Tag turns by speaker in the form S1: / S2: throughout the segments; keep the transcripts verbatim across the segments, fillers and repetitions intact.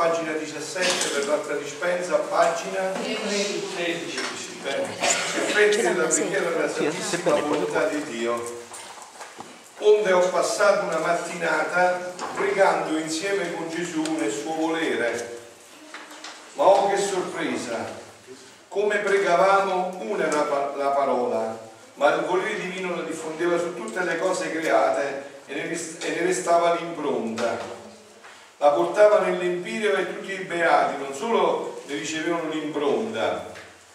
S1: pagina diciassette, per l'altra dispensa, pagina sedici. Effetti della preghiera della Santissima Volontà di Dio. Onde ho passato una mattinata pregando insieme con Gesù nel suo volere. Ma oh che sorpresa! Come pregavamo, una era la parola, ma il volere divino la diffondeva su tutte le cose create e ne restava l'impronta. La portava nell'empireo e tutti i beati non solo ne ricevevano l'impronta,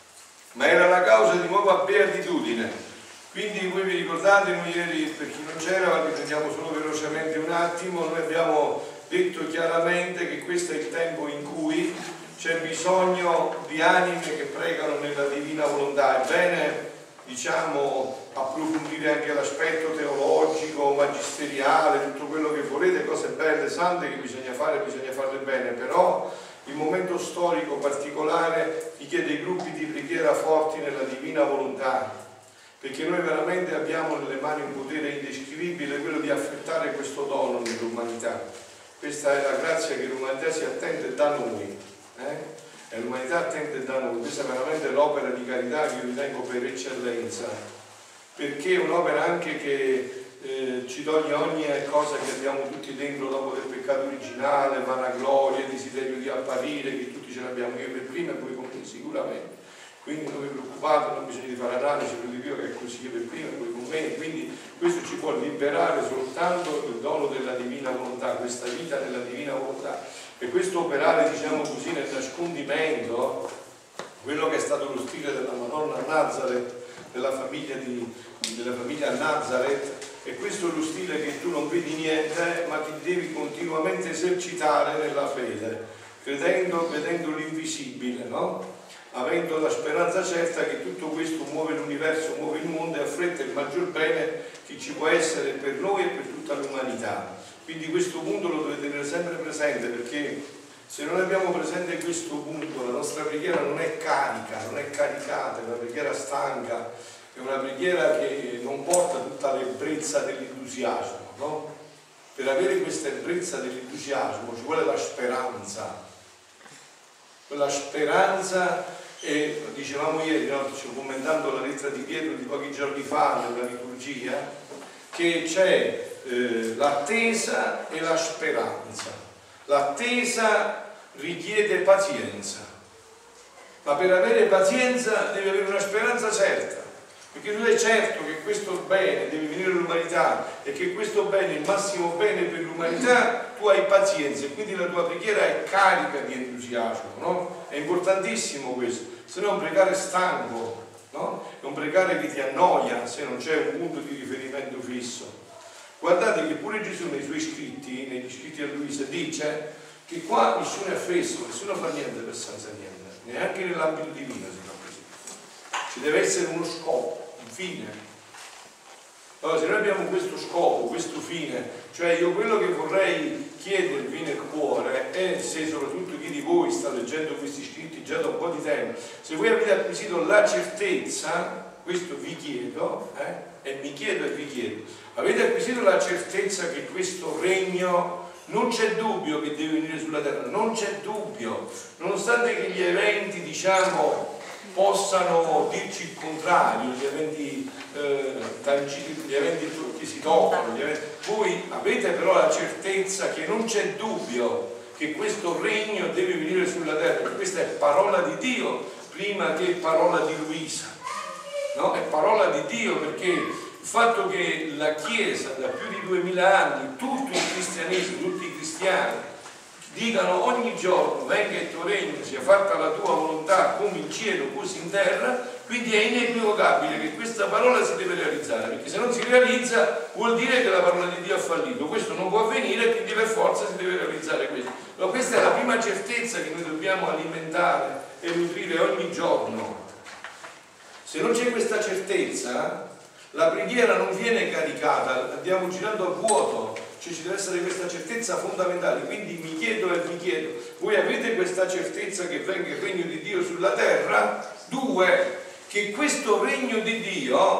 S1: ma era la causa di nuova beatitudine. Quindi voi vi ricordate, noi ieri, per chi non c'era, riprendiamo solo velocemente un attimo, noi abbiamo detto chiaramente che questo è il tempo in cui c'è bisogno di anime che pregano nella divina volontà. È bene, diciamo, approfondire anche l'aspetto teologico, magisteriale, tutto quello che volete, cose belle, sante che bisogna fare, bisogna farle bene, però il momento storico particolare richiede gruppi di preghiera forti nella divina volontà, perché noi veramente abbiamo nelle mani un potere indescrivibile, quello di affrettare questo dono nell'umanità. Questa è la grazia che l'umanità si attende da noi, eh? E l'umanità attende da noi. Questa è veramente l'opera di carità che io ritengo per eccellenza, perché è un'opera anche che eh, ci toglie ogni cosa che abbiamo tutti dentro dopo del peccato originale, vanagloria, desiderio di apparire, che tutti ce l'abbiamo, io per prima e voi con me sicuramente. Quindi non vi preoccupate, non bisogna di fare analisi, lo dico che è così, io per prima e voi con me. Quindi questo ci può liberare soltanto il dono della divina volontà, questa vita nella divina volontà. E questo operare, diciamo così, nel nascondimento, quello che è stato lo stile della Madonna a Nazareth, della famiglia, di, della famiglia a Nazareth, e questo è lo stile che tu non vedi niente, ma ti devi continuamente esercitare nella fede, credendo, vedendo l'invisibile, no? Avendo la speranza certa che tutto questo muove l'universo, muove il mondo e affretta il maggior bene che ci può essere per noi e per tutta l'umanità. Quindi questo punto lo dovete tenere sempre presente, perché se non abbiamo presente questo punto, la nostra preghiera non è carica, non è caricata, è una preghiera stanca, è una preghiera che non porta tutta l'ebbrezza dell'entusiasmo, no? Per avere questa ebbrezza dell'entusiasmo ci vuole la speranza, quella speranza. E dicevamo ieri, no, commentando la lettera di Pietro di pochi giorni fa nella liturgia, che c'è eh, l'attesa e la speranza. L'attesa richiede pazienza, ma per avere pazienza devi avere una speranza certa, perché tu sei certo che questo bene deve venire all'umanità e che questo bene è il massimo bene per l'umanità, tu hai pazienza e quindi la tua preghiera è carica di entusiasmo, no? È importantissimo questo, se no è un pregare stanco, no? È un pregare che ti annoia se non c'è un punto di riferimento fisso. Guardate che pure Gesù nei suoi scritti, negli scritti a Luisa, dice che qua nessuno è affresso, nessuno fa niente per senza niente, neanche nell'ambito divino si fa così. Ci deve essere uno scopo, un fine. Allora, se noi abbiamo questo scopo, questo fine, cioè io quello che vorrei chiedervi nel cuore, e se soprattutto chi di voi sta leggendo questi scritti già da un po' di tempo, se voi avete acquisito la certezza, questo vi chiedo, eh, e mi chiedo e vi chiedo, avete acquisito la certezza che questo regno non c'è dubbio che deve venire sulla terra, non c'è dubbio, nonostante che gli eventi, diciamo, possano dirci il contrario, gli eventi eh, tangibili, gli eventi che si toccano, gli eventi... voi avete però la certezza che non c'è dubbio che questo regno deve venire sulla terra, questa è parola di Dio prima che parola di Luisa, no? È parola di Dio, perché il fatto che la Chiesa da più di duemila anni, tutto il cristianesimo, tutti i cristiani dicano ogni giorno venga il tuo regno, sia fatta la tua volontà come in cielo così in terra, quindi è inequivocabile che questa parola si deve realizzare, perché se non si realizza vuol dire che la parola di Dio ha fallito. Questo non può avvenire, quindi per forza si deve realizzare questo. Allora, questa è la prima certezza che noi dobbiamo alimentare e nutrire ogni giorno. Se non c'è questa certezza, la preghiera non viene caricata, andiamo girando a vuoto, cioè ci deve essere questa certezza fondamentale. Quindi mi chiedo e vi chiedo, voi avete questa certezza che venga il regno di Dio sulla terra? Due, che questo regno di Dio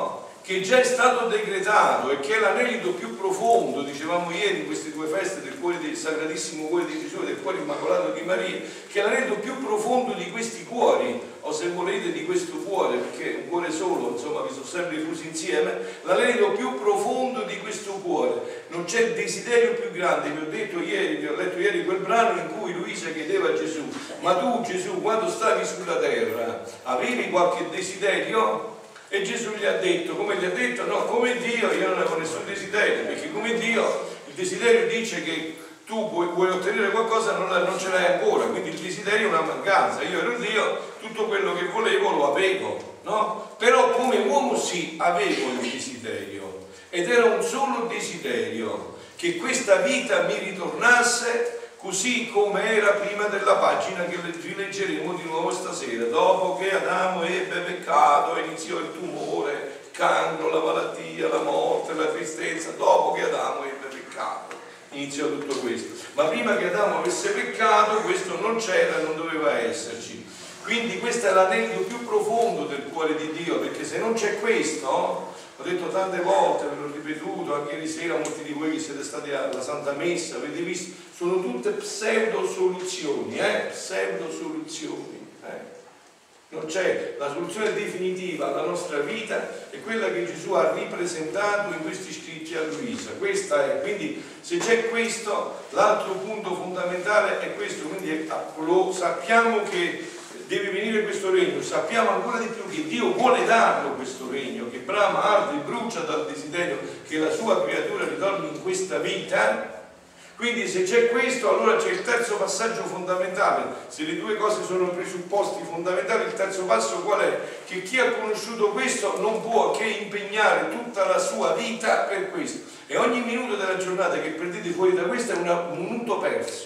S1: che già è stato decretato e che è l'anelito più profondo, dicevamo ieri in queste due feste del cuore del Sacratissimo Cuore di Gesù e del Cuore Immacolato di Maria, che è l'anelito più profondo di questi cuori, o se volete di questo cuore, perché un cuore solo, insomma, vi sono sempre fusi insieme, l'anelito più profondo di questo cuore. Non c'è desiderio più grande. Vi ho detto ieri, vi ho letto ieri quel brano in cui Luisa chiedeva a Gesù: ma tu Gesù, quando stavi sulla terra, avevi qualche desiderio? E Gesù gli ha detto, come gli ha detto? No, come Dio io non avevo nessun desiderio, perché come Dio il desiderio dice che tu vuoi, vuoi ottenere qualcosa, non, non ce l'hai ancora, quindi il desiderio è una mancanza. Io ero Dio, tutto quello che volevo lo avevo, no? Però come uomo sì, avevo il desiderio, ed era un solo desiderio, che questa vita mi ritornasse così come era prima della pagina che rileggeremo di nuovo stasera. Dopo che Adamo ebbe peccato, iniziò il tumore, il cancro, la malattia, la morte, la tristezza. Dopo che Adamo ebbe peccato iniziò tutto questo. Ma prima che Adamo avesse peccato, questo non c'era e non doveva esserci. Quindi questo è l'anelito più profondo del cuore di Dio, perché se non c'è questo, ho detto tante volte, ve l'ho ripetuto anche ieri sera, molti di voi che siete stati alla Santa Messa, avete visto, sono tutte pseudo soluzioni, eh? pseudo soluzioni. Eh? Non c'è la soluzione definitiva alla nostra vita, è quella che Gesù ha ripresentato in questi scritti a Luisa. Questa è, quindi se c'è questo, l'altro punto fondamentale è questo, quindi lo sappiamo che deve venire questo regno, sappiamo ancora di più che Dio vuole darlo questo regno, che brama, arde e brucia dal desiderio che la sua creatura ritorni in questa vita. Quindi se c'è questo, allora c'è il terzo passaggio fondamentale. Se le due cose sono presupposti fondamentali, il terzo passo qual è? Che chi ha conosciuto questo non può che impegnare tutta la sua vita per questo, e ogni minuto della giornata che perdete fuori da questo è una, un minuto perso.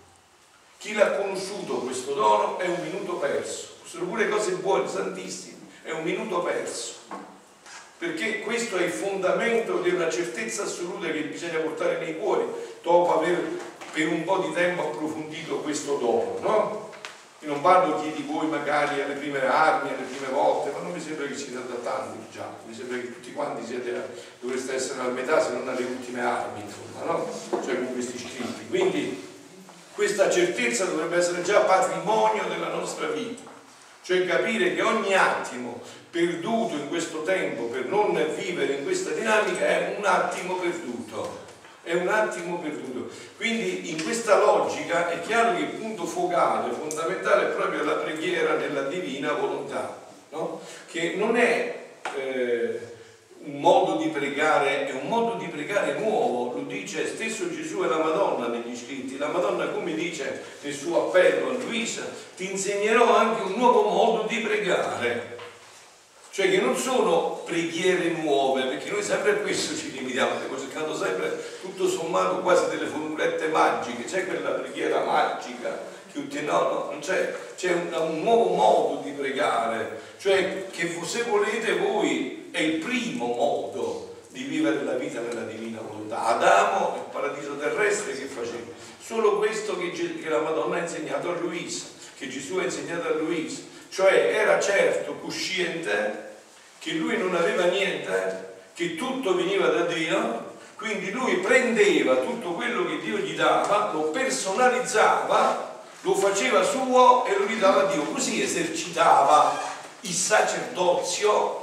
S1: Chi l'ha conosciuto questo dono è un minuto perso. Sono pure cose buone, santissime, è un minuto perso, perché questo è il fondamento di una certezza assoluta che bisogna portare nei cuori dopo aver per un po' di tempo approfondito questo dono, no? Io non parlo chi di voi magari alle prime armi, alle prime volte, ma non mi sembra che siete da tanti già, mi sembra che tutti quanti siete, dovreste essere alla metà, se non alle ultime armi, insomma, no? Cioè con questi scritti. Quindi questa certezza dovrebbe essere già patrimonio della nostra vita, cioè capire che ogni attimo perduto in questo tempo per non vivere in questa dinamica è un attimo perduto, è un attimo perduto. Quindi in questa logica è chiaro che il punto focale, fondamentale, è proprio la preghiera nella divina volontà, no? Che non è eh, un modo di pregare, è un modo di pregare nuovo, lo dice stesso Gesù e la Madonna negli scritti. La Madonna, come dice nel suo appello a Luisa, ti insegnerò anche un nuovo modo di pregare, cioè che non sono preghiere nuove, perché noi sempre a questo ci limitiamo, stiamo cercando sempre tutto sommato quasi delle formulette magiche. C'è quella preghiera magica che no, no, non c'è, c'è un, un nuovo modo di pregare, cioè che se volete voi è il primo modo di vivere la vita nella divina volontà. Adamo, il paradiso terrestre, che faceva? Solo questo che, che la Madonna ha insegnato a Luisa, che Gesù ha insegnato a Luisa, cioè era certo, cosciente, che lui non aveva niente, che tutto veniva da Dio, quindi lui prendeva tutto quello che Dio gli dava, lo personalizzava, lo faceva suo e lo ridava a Dio, così esercitava il sacerdozio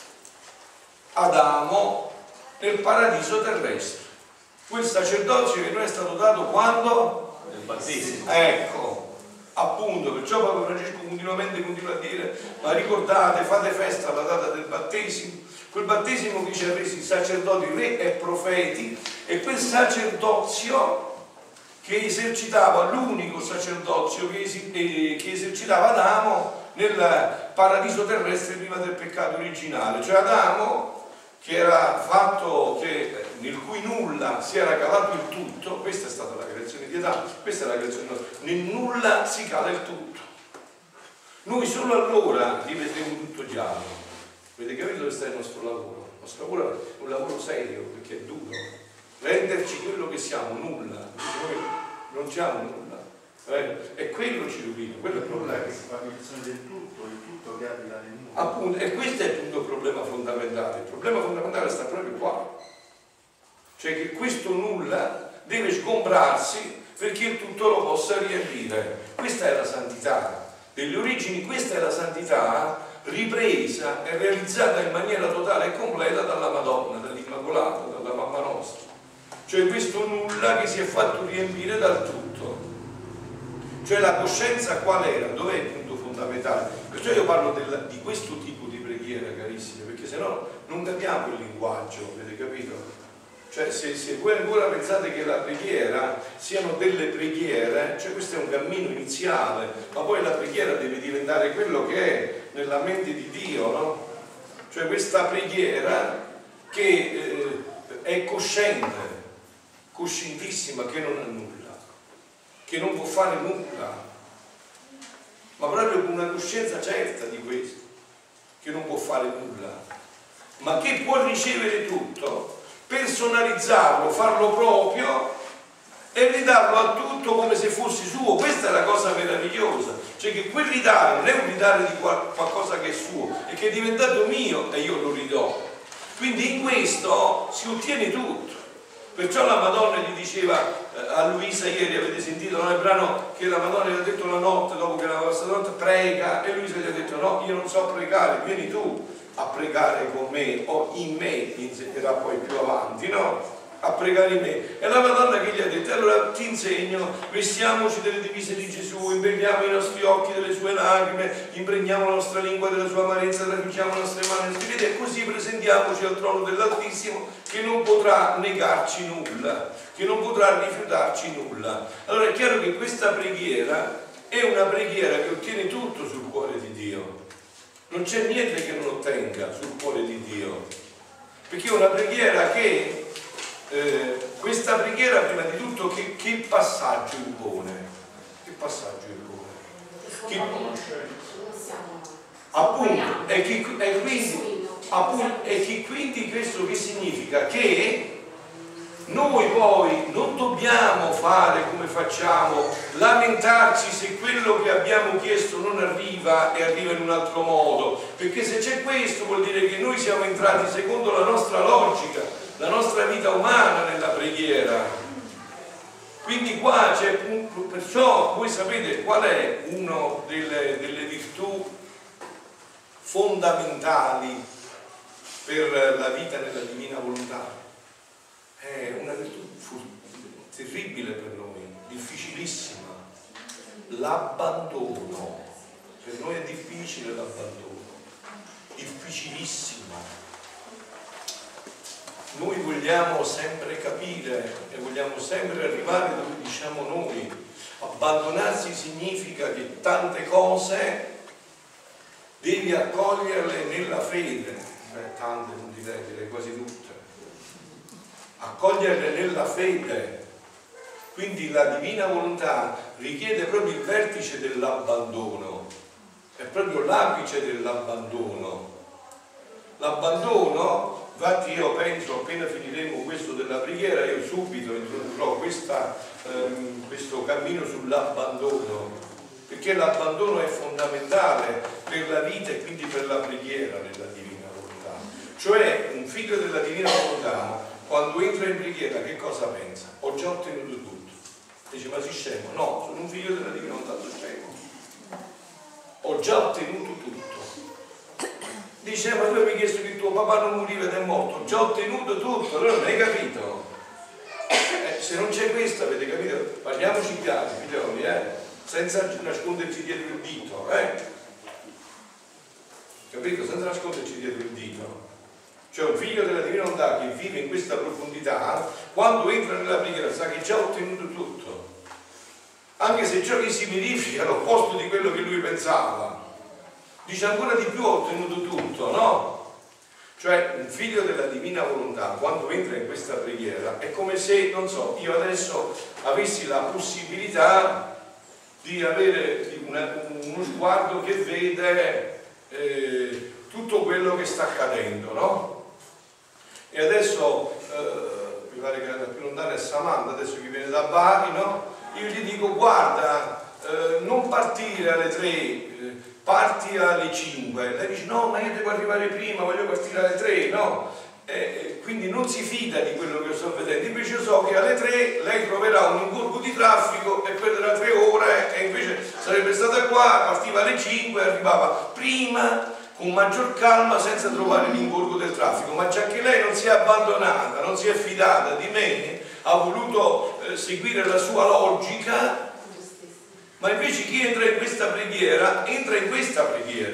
S1: Adamo nel paradiso terrestre. Quel sacerdozio che noi è stato dato quando? Nel battesimo. Ecco, appunto, perciò Papa Francesco continuamente continua a dire: ma ricordate, fate festa alla data del battesimo, quel battesimo che ci ha resi sacerdoti, re e profeti, e quel sacerdozio che esercitava, l'unico sacerdozio che, es eh, che esercitava Adamo nel paradiso terrestre prima del peccato originale. Cioè Adamo, che era fatto, che, nel cui nulla si era calato il tutto, questa è stata la creazione di Adamo, questa è la creazione di Adamo, nel nulla si cala il tutto. Noi solo allora rivedremo tutto chiaro. Avete capito dove sta il nostro lavoro? Il nostro lavoro è un lavoro serio, perché è duro. Renderci quello che siamo, nulla. Noi non siamo nulla. Eh? E quello ci rovina, quello è il problema.
S2: Che si fa menzione del tutto, il tutto che abita nel nulla.
S1: Appunto, e questo è il punto problema fondamentale. Il problema fondamentale sta proprio qua. Cioè che questo nulla deve sgombrarsi perché il tutto lo possa riempire. Questa è la santità. Delle origini, questa è la santità ripresa e realizzata in maniera totale e completa dalla Madonna, dall'Immacolata, dalla Mamma Nostra. Cioè questo nulla che si è fatto riempire dal tutto. Cioè la coscienza qual era? Dov'è il punto fondamentale? Perciò io parlo del, di questo tipo di preghiera, carissimi, perché sennò non capiamo il linguaggio, avete capito? Cioè se, se voi ancora pensate che la preghiera siano delle preghiere, cioè questo è un cammino iniziale, ma poi la preghiera deve diventare quello che è nella mente di Dio, no? Cioè questa preghiera che eh, è cosciente, coscientissima, che non ha nulla, che non può fare nulla, ma proprio con una coscienza certa di questo, che non può fare nulla, ma che può ricevere tutto, personalizzarlo, farlo proprio e ridarlo a tutto come se fosse suo. Questa è la cosa meravigliosa, cioè che quel ridare non è un ridare di qualcosa che è suo, è che è diventato mio e io lo ridò. Quindi in questo si ottiene tutto. Perciò la Madonna gli diceva eh, a Luisa ieri, avete sentito nel brano che la Madonna gli ha detto la notte, dopo che la passata notte, prega, e Luisa gli ha detto no, io non so pregare, vieni tu a pregare con me o in me, ti insegnerà poi più avanti, no? A pregare in me. E la Madonna che gli ha detto, allora ti insegno, vestiamoci delle divise di Gesù, impregniamo i nostri occhi delle sue lacrime, impregniamo la nostra lingua della sua amarezza, traficiamo le nostre mani nel spirito e così presentiamoci al trono dell'Altissimo che non potrà negarci nulla, che non potrà rifiutarci nulla. Allora è chiaro che questa preghiera è una preghiera che ottiene tutto sul cuore di Dio. Non c'è niente che non ottenga sul cuore di Dio, perché è una preghiera che eh, questa preghiera prima di tutto che, che passaggio impone? Che passaggio impone? Che, appunto, e che, e quindi, appunto, e che quindi questo che significa? Che noi poi non dobbiamo fare come facciamo, lamentarci se quello che abbiamo chiesto non arriva e arriva in un altro modo, perché se c'è questo vuol dire che noi siamo entrati secondo la nostra logica, la nostra vita umana nella preghiera. Quindi qua c'è, perciò voi sapete qual è una delle, delle virtù fondamentali per la vita nella divina volontà. È una virtù terribile per noi, difficilissima, l'abbandono. Per noi è difficile l'abbandono, difficilissimo. Noi vogliamo sempre capire e vogliamo sempre arrivare dove diciamo noi. Abbandonarsi significa che tante cose devi accoglierle nella fede. Beh, tante non direi, direi quasi tutte. Accoglierle nella fede. Quindi la divina volontà richiede proprio il vertice dell'abbandono, è proprio l'apice dell'abbandono. L'abbandono, infatti io penso appena finiremo questo della preghiera io subito introdurrò questa, ehm, questo cammino sull'abbandono, perché l'abbandono è fondamentale per la vita e quindi per la preghiera nella divina volontà. Cioè un figlio della divina volontà quando entra in preghiera che cosa pensa? Ho già ottenuto tutto. Dice ma sei scemo? No, sono un figlio della divina volontà, sono scemo. Ho già ottenuto tutto. Dice ma tu mi hai chiesto che tuo papà non moriva ed è morto. Ho già ottenuto tutto, allora non hai capito? Eh, se non c'è questo, avete capito? Parliamoci chiaro, figlioli, eh? Senza nasconderci dietro il dito, eh? Capito? Senza nasconderci dietro il dito. Cioè un figlio della divina volontà che vive in questa profondità, quando entra nella preghiera sa che già ha ottenuto tutto, anche se ciò che si verifica è l'opposto di quello che lui pensava, dice ancora di più ho ottenuto tutto, no? Cioè un figlio della divina volontà quando entra in questa preghiera è come se, non so, io adesso avessi la possibilità di avere una, uno sguardo che vede eh, tutto quello che sta accadendo, no? E adesso, eh, mi pare che la più lontana è Samantha, adesso che viene da Bari, no? io gli dico guarda, eh, non partire alle tre, eh, parti alle cinque. Lei dice no, ma io devo arrivare prima, voglio partire alle tre, no? Eh, quindi non si fida di quello che sto vedendo. Invece so che alle tre lei troverà un ingorgo di traffico e perderà tre ore, e invece sarebbe stata qua, partiva alle cinque, arrivava prima con maggior calma senza trovare l'ingorgo del traffico. Ma già che lei non si è abbandonata, non si è fidata di me, ha voluto eh, seguire la sua logica. Ma invece chi entra in questa preghiera entra in questa preghiera.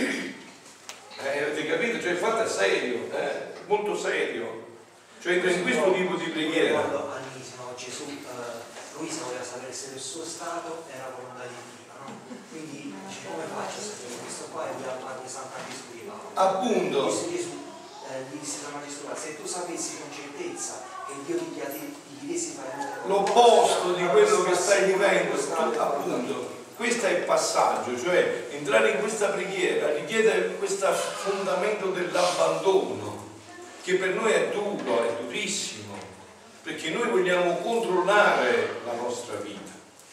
S1: Eh, avete capito? Cioè il fatto è serio, eh? Molto serio. Cioè entra in questo tipo di preghiera.
S3: Quando all'inizio Gesù, eh, Luisa voleva sapere se nel suo stato era volontà di Dio, no? Quindi dice come faccio a sapere questo qua è la parte di Santa Magistratura.
S1: Appunto.
S3: Disse Gesù, eh, gli disse la Magistratura, se tu sapessi con certezza che Dio ti chiedi
S1: l'opposto di quello che stai vivendo, appunto, questo è il passaggio, cioè entrare in questa preghiera richiede questo fondamento dell'abbandono, che per noi è duro, è durissimo, perché noi vogliamo controllare la nostra vita.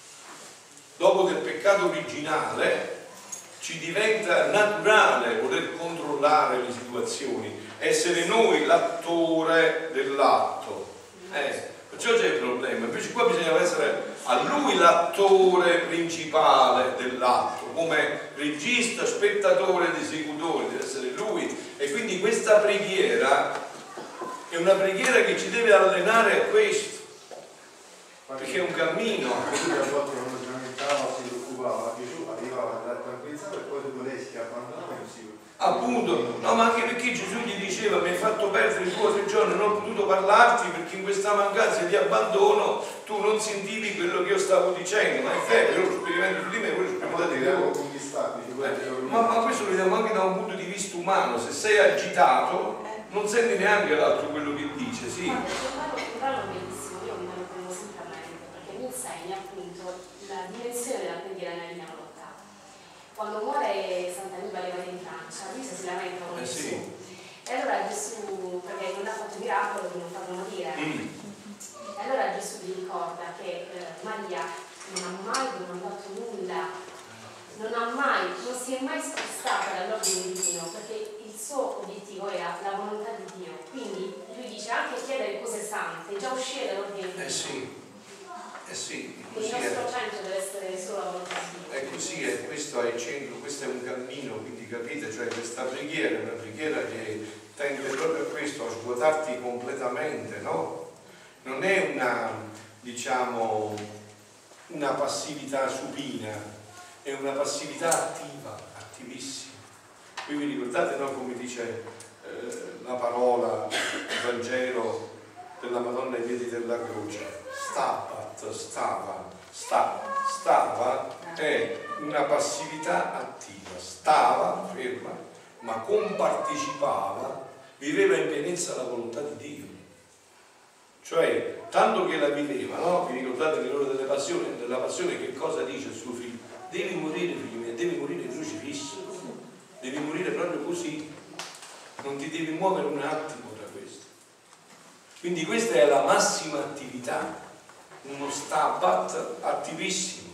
S1: Dopo che il peccato originale ci diventa naturale voler controllare le situazioni, essere noi l'attore dell'atto. Eh, perciò c'è il problema, invece qua bisogna essere a lui l'attore principale dell'atto, come regista, spettatore ed esecutore, deve essere lui. E quindi questa preghiera è una preghiera che ci deve allenare a questo, perché è un cammino.
S2: Lui a volte non si lamentava, si preoccupava, Gesù arrivava a tranquillizzare e poi dopo lei si abbandonava e non si
S1: appunto, no, ma anche perché Gesù gli diceva mi hai fatto perdere due o tre giorni, non ho potuto parlarti perché in questa mancanza di abbandono tu non sentivi quello che io stavo dicendo. Ma è vero, io lo sperimento su di me, voi lo sperimentate di voi. Ma, ma questo lo vediamo anche da un punto di vista umano, se sei agitato non senti neanche l'altro quello che dice, sì.
S4: Un brano bellissimo, io mi lo sempre a mente perché mi insegna appunto la dimensione della preghiera nella mia volontà. Quando muore Sant'Annibale va in Francia, lui si lamenta con
S1: eh
S4: Gesù.
S1: sì.
S4: E allora Gesù, perché non ha fatto il miracolo di non farlo morire,
S1: Mm.
S4: e allora Gesù gli ricorda che eh, Maria non ha mai domandato nulla, non ha mai, non si è mai spostata dall'ordine divino, perché il suo obiettivo era la volontà di Dio. Quindi lui dice anche chiedere cose sante, già uscire dall'ordine divino.
S1: Eh sì. Eh sì,
S4: Quindi
S1: così
S4: il nostro
S1: è.
S4: centro deve essere solo la volontà di Dio.
S1: È così, è, questo è il centro, questo è un cammino, quindi capite, cioè questa preghiera è una preghiera che tende proprio a questo, a svuotarti completamente, no? Non è una, diciamo, una passività supina, è una passività attiva, attivissima. Qui vi ricordate, no, come dice eh, la parola, il Vangelo della Madonna ai piedi della croce? Stabat, stava, sta, stava è una passività attiva, stava ferma, ma compartecipava, viveva in pienezza la volontà di Dio. Cioè, tanto che la viveva, no? Vi ricordate nell'ora delle passioni, della passione che cosa dice il suo figlio? Devi morire, figlio mio, devi morire crocifisso, devi morire proprio così, non ti devi muovere un attimo da questo. Quindi questa è la massima attività, uno stabat attivissimo.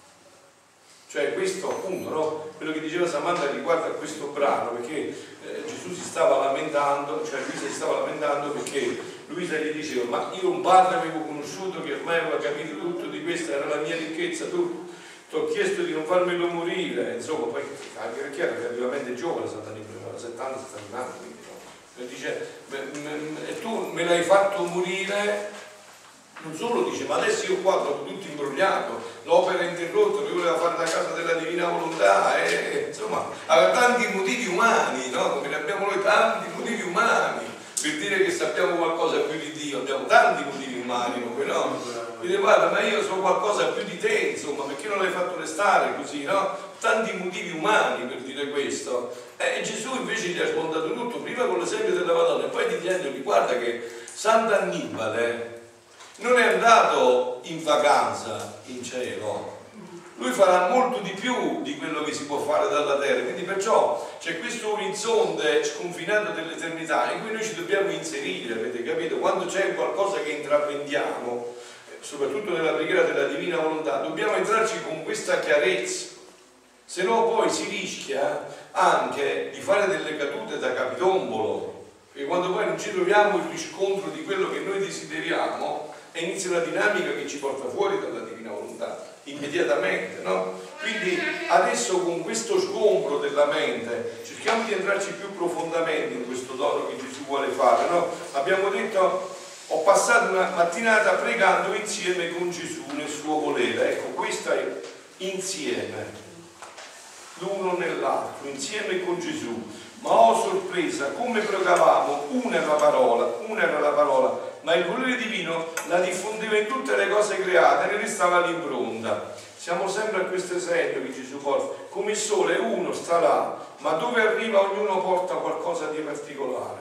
S1: Cioè questo appunto, no? Quello che diceva Samantha riguardo a questo brano, perché eh, Gesù si stava lamentando, cioè Luisa si stava lamentando perché Luisa gli diceva ma io un padre avevo conosciuto che ormai aveva capito tutto di questa, era la mia ricchezza, tu ti ho chiesto di non farmelo morire, insomma, poi anche perché era relativamente giovane, aveva settanta settanta anni, quindi, no? E dice, e tu me l'hai fatto morire. Non solo dice, ma adesso io qua dopo tutto imbrogliato, l'opera è interrotta, lui voleva fare la casa della divina volontà, e insomma, aveva tanti motivi umani, no? Come ne abbiamo noi tanti motivi umani, per dire che sappiamo qualcosa più di Dio, abbiamo tanti motivi umani, come no? Quindi guarda, ma io so qualcosa più di te, insomma, perché non l'hai fatto restare così, no? Tanti motivi umani per dire questo. E Gesù invece gli ha smontato tutto, prima con l'esempio della Madonna, e poi dicendogli, guarda che Sant'Annibale non è andato in vacanza in cielo, lui farà molto di più di quello che si può fare dalla terra, quindi perciò c'è questo orizzonte sconfinato dell'eternità in cui noi ci dobbiamo inserire, avete capito? Quando c'è qualcosa che intravediamo, soprattutto nella preghiera della divina volontà, dobbiamo entrarci con questa chiarezza, se no poi si rischia anche di fare delle cadute da capitombolo, perché quando poi non ci troviamo il riscontro di quello che noi desideriamo, e inizia una dinamica che ci porta fuori dalla divina volontà immediatamente, no? Quindi adesso con questo sgombro della mente cerchiamo di entrarci più profondamente in questo dono che Gesù vuole fare, no? Abbiamo detto: ho passato una mattinata pregando insieme con Gesù nel suo volere. Ecco, questo è insieme, l'uno nell'altro, insieme con Gesù. Ma ho sorpresa, come pregavamo, una era la parola, una era la parola, ma il volere divino la diffondeva in tutte le cose create, ne restava l'impronta. Siamo sempre a questo esempio che Gesù porta. Come il sole, uno sta là, ma dove arriva ognuno porta qualcosa di particolare.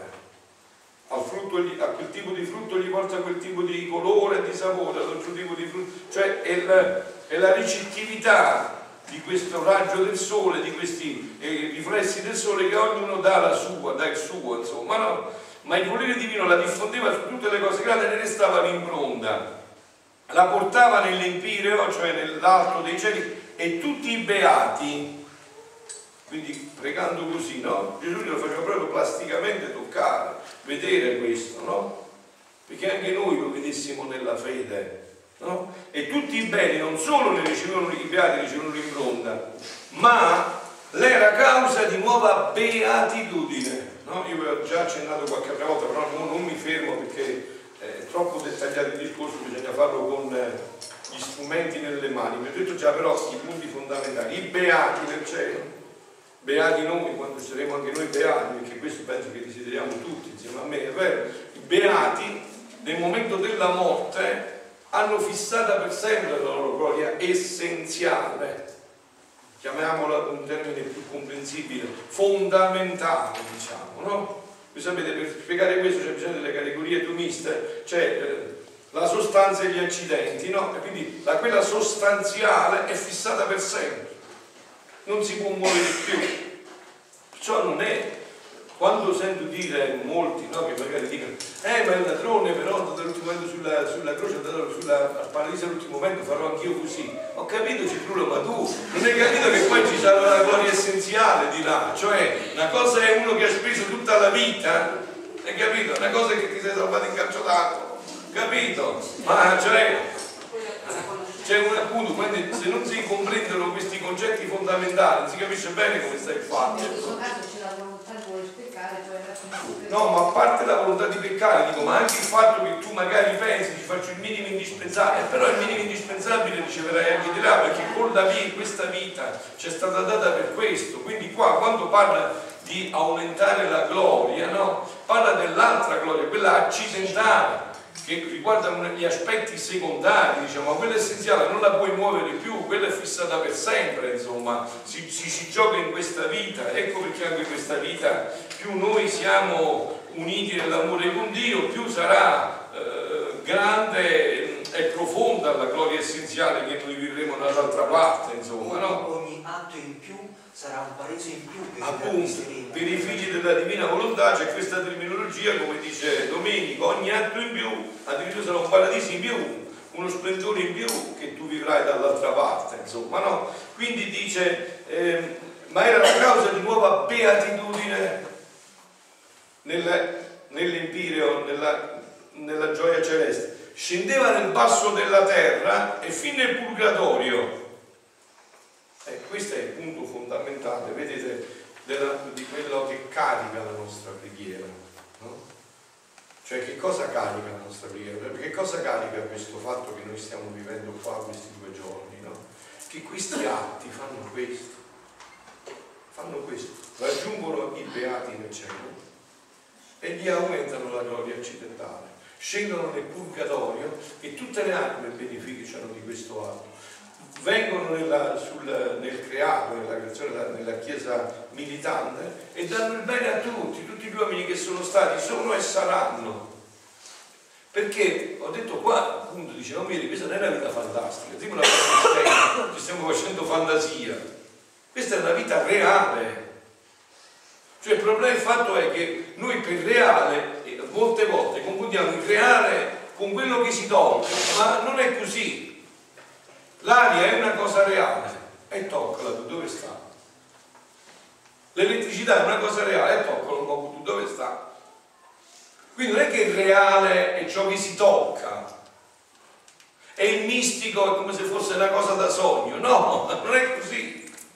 S1: Al frutto, a quel tipo di frutto gli porta quel tipo di colore e di sapore, all'altro tipo di frutto. Cioè è la, è la ricettività di questo raggio del sole, di questi eh, riflessi del sole, che ognuno dà la sua, dà il suo, insomma, no? Ma il volere divino la diffondeva su tutte le cose create e ne restava l'impronta. La portava nell'empireo, cioè nell'alto dei cieli, e tutti i beati, quindi pregando così, no? Gesù lo faceva proprio plasticamente toccare, vedere questo, no? Perché anche noi lo vedessimo nella fede, no? E tutti i beni non solo ne ricevevano, i beati ricevevano l'impronta, ma l'era causa di nuova beatitudine, no? Io vi ho già accennato qualche altra volta, però non, non mi fermo perché è troppo dettagliato il discorso, bisogna farlo con gli strumenti nelle mani. Vi ho detto già però i punti fondamentali: i beati nel cielo, beati noi quando saremo anche noi beati, perché questo penso che desideriamo tutti insieme a me, è vero. I beati nel momento della morte hanno fissata per sempre la loro gloria essenziale, chiamiamola con un termine più comprensibile, fondamentale, diciamo, no? Voi sapete, per spiegare questo c'è bisogno delle categorie tomiste, c'è eh, la sostanza e gli accidenti, no? E quindi la, quella sostanziale è fissata per sempre, non si può muovere più. Perciò non è, quando sento dire molti, no, che magari dicono eh ma il ladrone però è andato all'ultimo momento sulla, sulla croce, è andato sulla, al paradiso all'ultimo momento, farò anch'io così. Ho capito Ciprulo, ma tu non hai capito che poi ci sarà la gloria essenziale di là, cioè una cosa è uno che ha speso tutta la vita, hai capito? Una cosa è che ti sei salvato incalciolato, capito? Ma cioè c'è un appunto, quindi se non si comprendono questi concetti fondamentali non si capisce bene come sta il fatto.
S5: In questo caso c'è la volontà di voler peccare, poi
S1: no, ma a parte la volontà di peccare, dico, ma anche il fatto che tu magari pensi ti faccio il minimo indispensabile, però il minimo indispensabile riceverai anche di là, perché con la vita, questa vita ci è stata data per questo. Quindi qua quando parla di aumentare la gloria, no? Parla dell'altra gloria, quella accidentale, che riguarda gli aspetti secondari, diciamo, ma quella essenziale non la puoi muovere più, quella è fissata per sempre, insomma, si, si, si gioca in questa vita. Ecco perché anche in questa vita più noi siamo uniti nell'amore con Dio, più sarà eh, grande e profonda la gloria essenziale che noi vivremo dall'altra parte, insomma, no?
S3: Ogni atto in più sarà un paradiso in più che
S1: appunto per i figli della divina volontà. C'è questa terminologia, come dice Domenico, ogni atto in più addirittura sarà un paradiso in più, uno splendore in più che tu vivrai dall'altra parte, insomma, no? Quindi dice eh, ma era la causa di nuova beatitudine nel, nell'empireo, nella, nella gioia celeste, scendeva nel basso della terra e fin nel purgatorio. Eh, questo è il punto fondamentale, vedete, della, di quello che carica la nostra preghiera, no? Cioè che cosa carica la nostra preghiera? Che cosa carica questo fatto che noi stiamo vivendo qua questi due giorni, no? Che questi atti fanno questo, fanno questo, raggiungono i beati nel cielo e gli aumentano la gloria accidentale, scendono nel purgatorio e tutte le anime beneficiano di questo atto. Vengono nella, sul, nel creato, nella creazione, nella chiesa militante e danno il bene a tutti, tutti gli uomini che sono stati, sono e saranno. Perché ho detto qua, appunto, dice, non vedi, questa non è una vita fantastica, tipo una fantasia, ci stiamo facendo fantasia, questa è una vita reale. Cioè il problema, il fatto è che noi per reale, molte volte confondiamo il reale con quello che si tocca, ma non è così. L'aria è una cosa reale e toccala tu, dove sta? L'elettricità è una cosa reale e toccala un po' tu, dove sta? Quindi non è che il reale è ciò che si tocca e il mistico è come se fosse una cosa da sogno. No, non è così.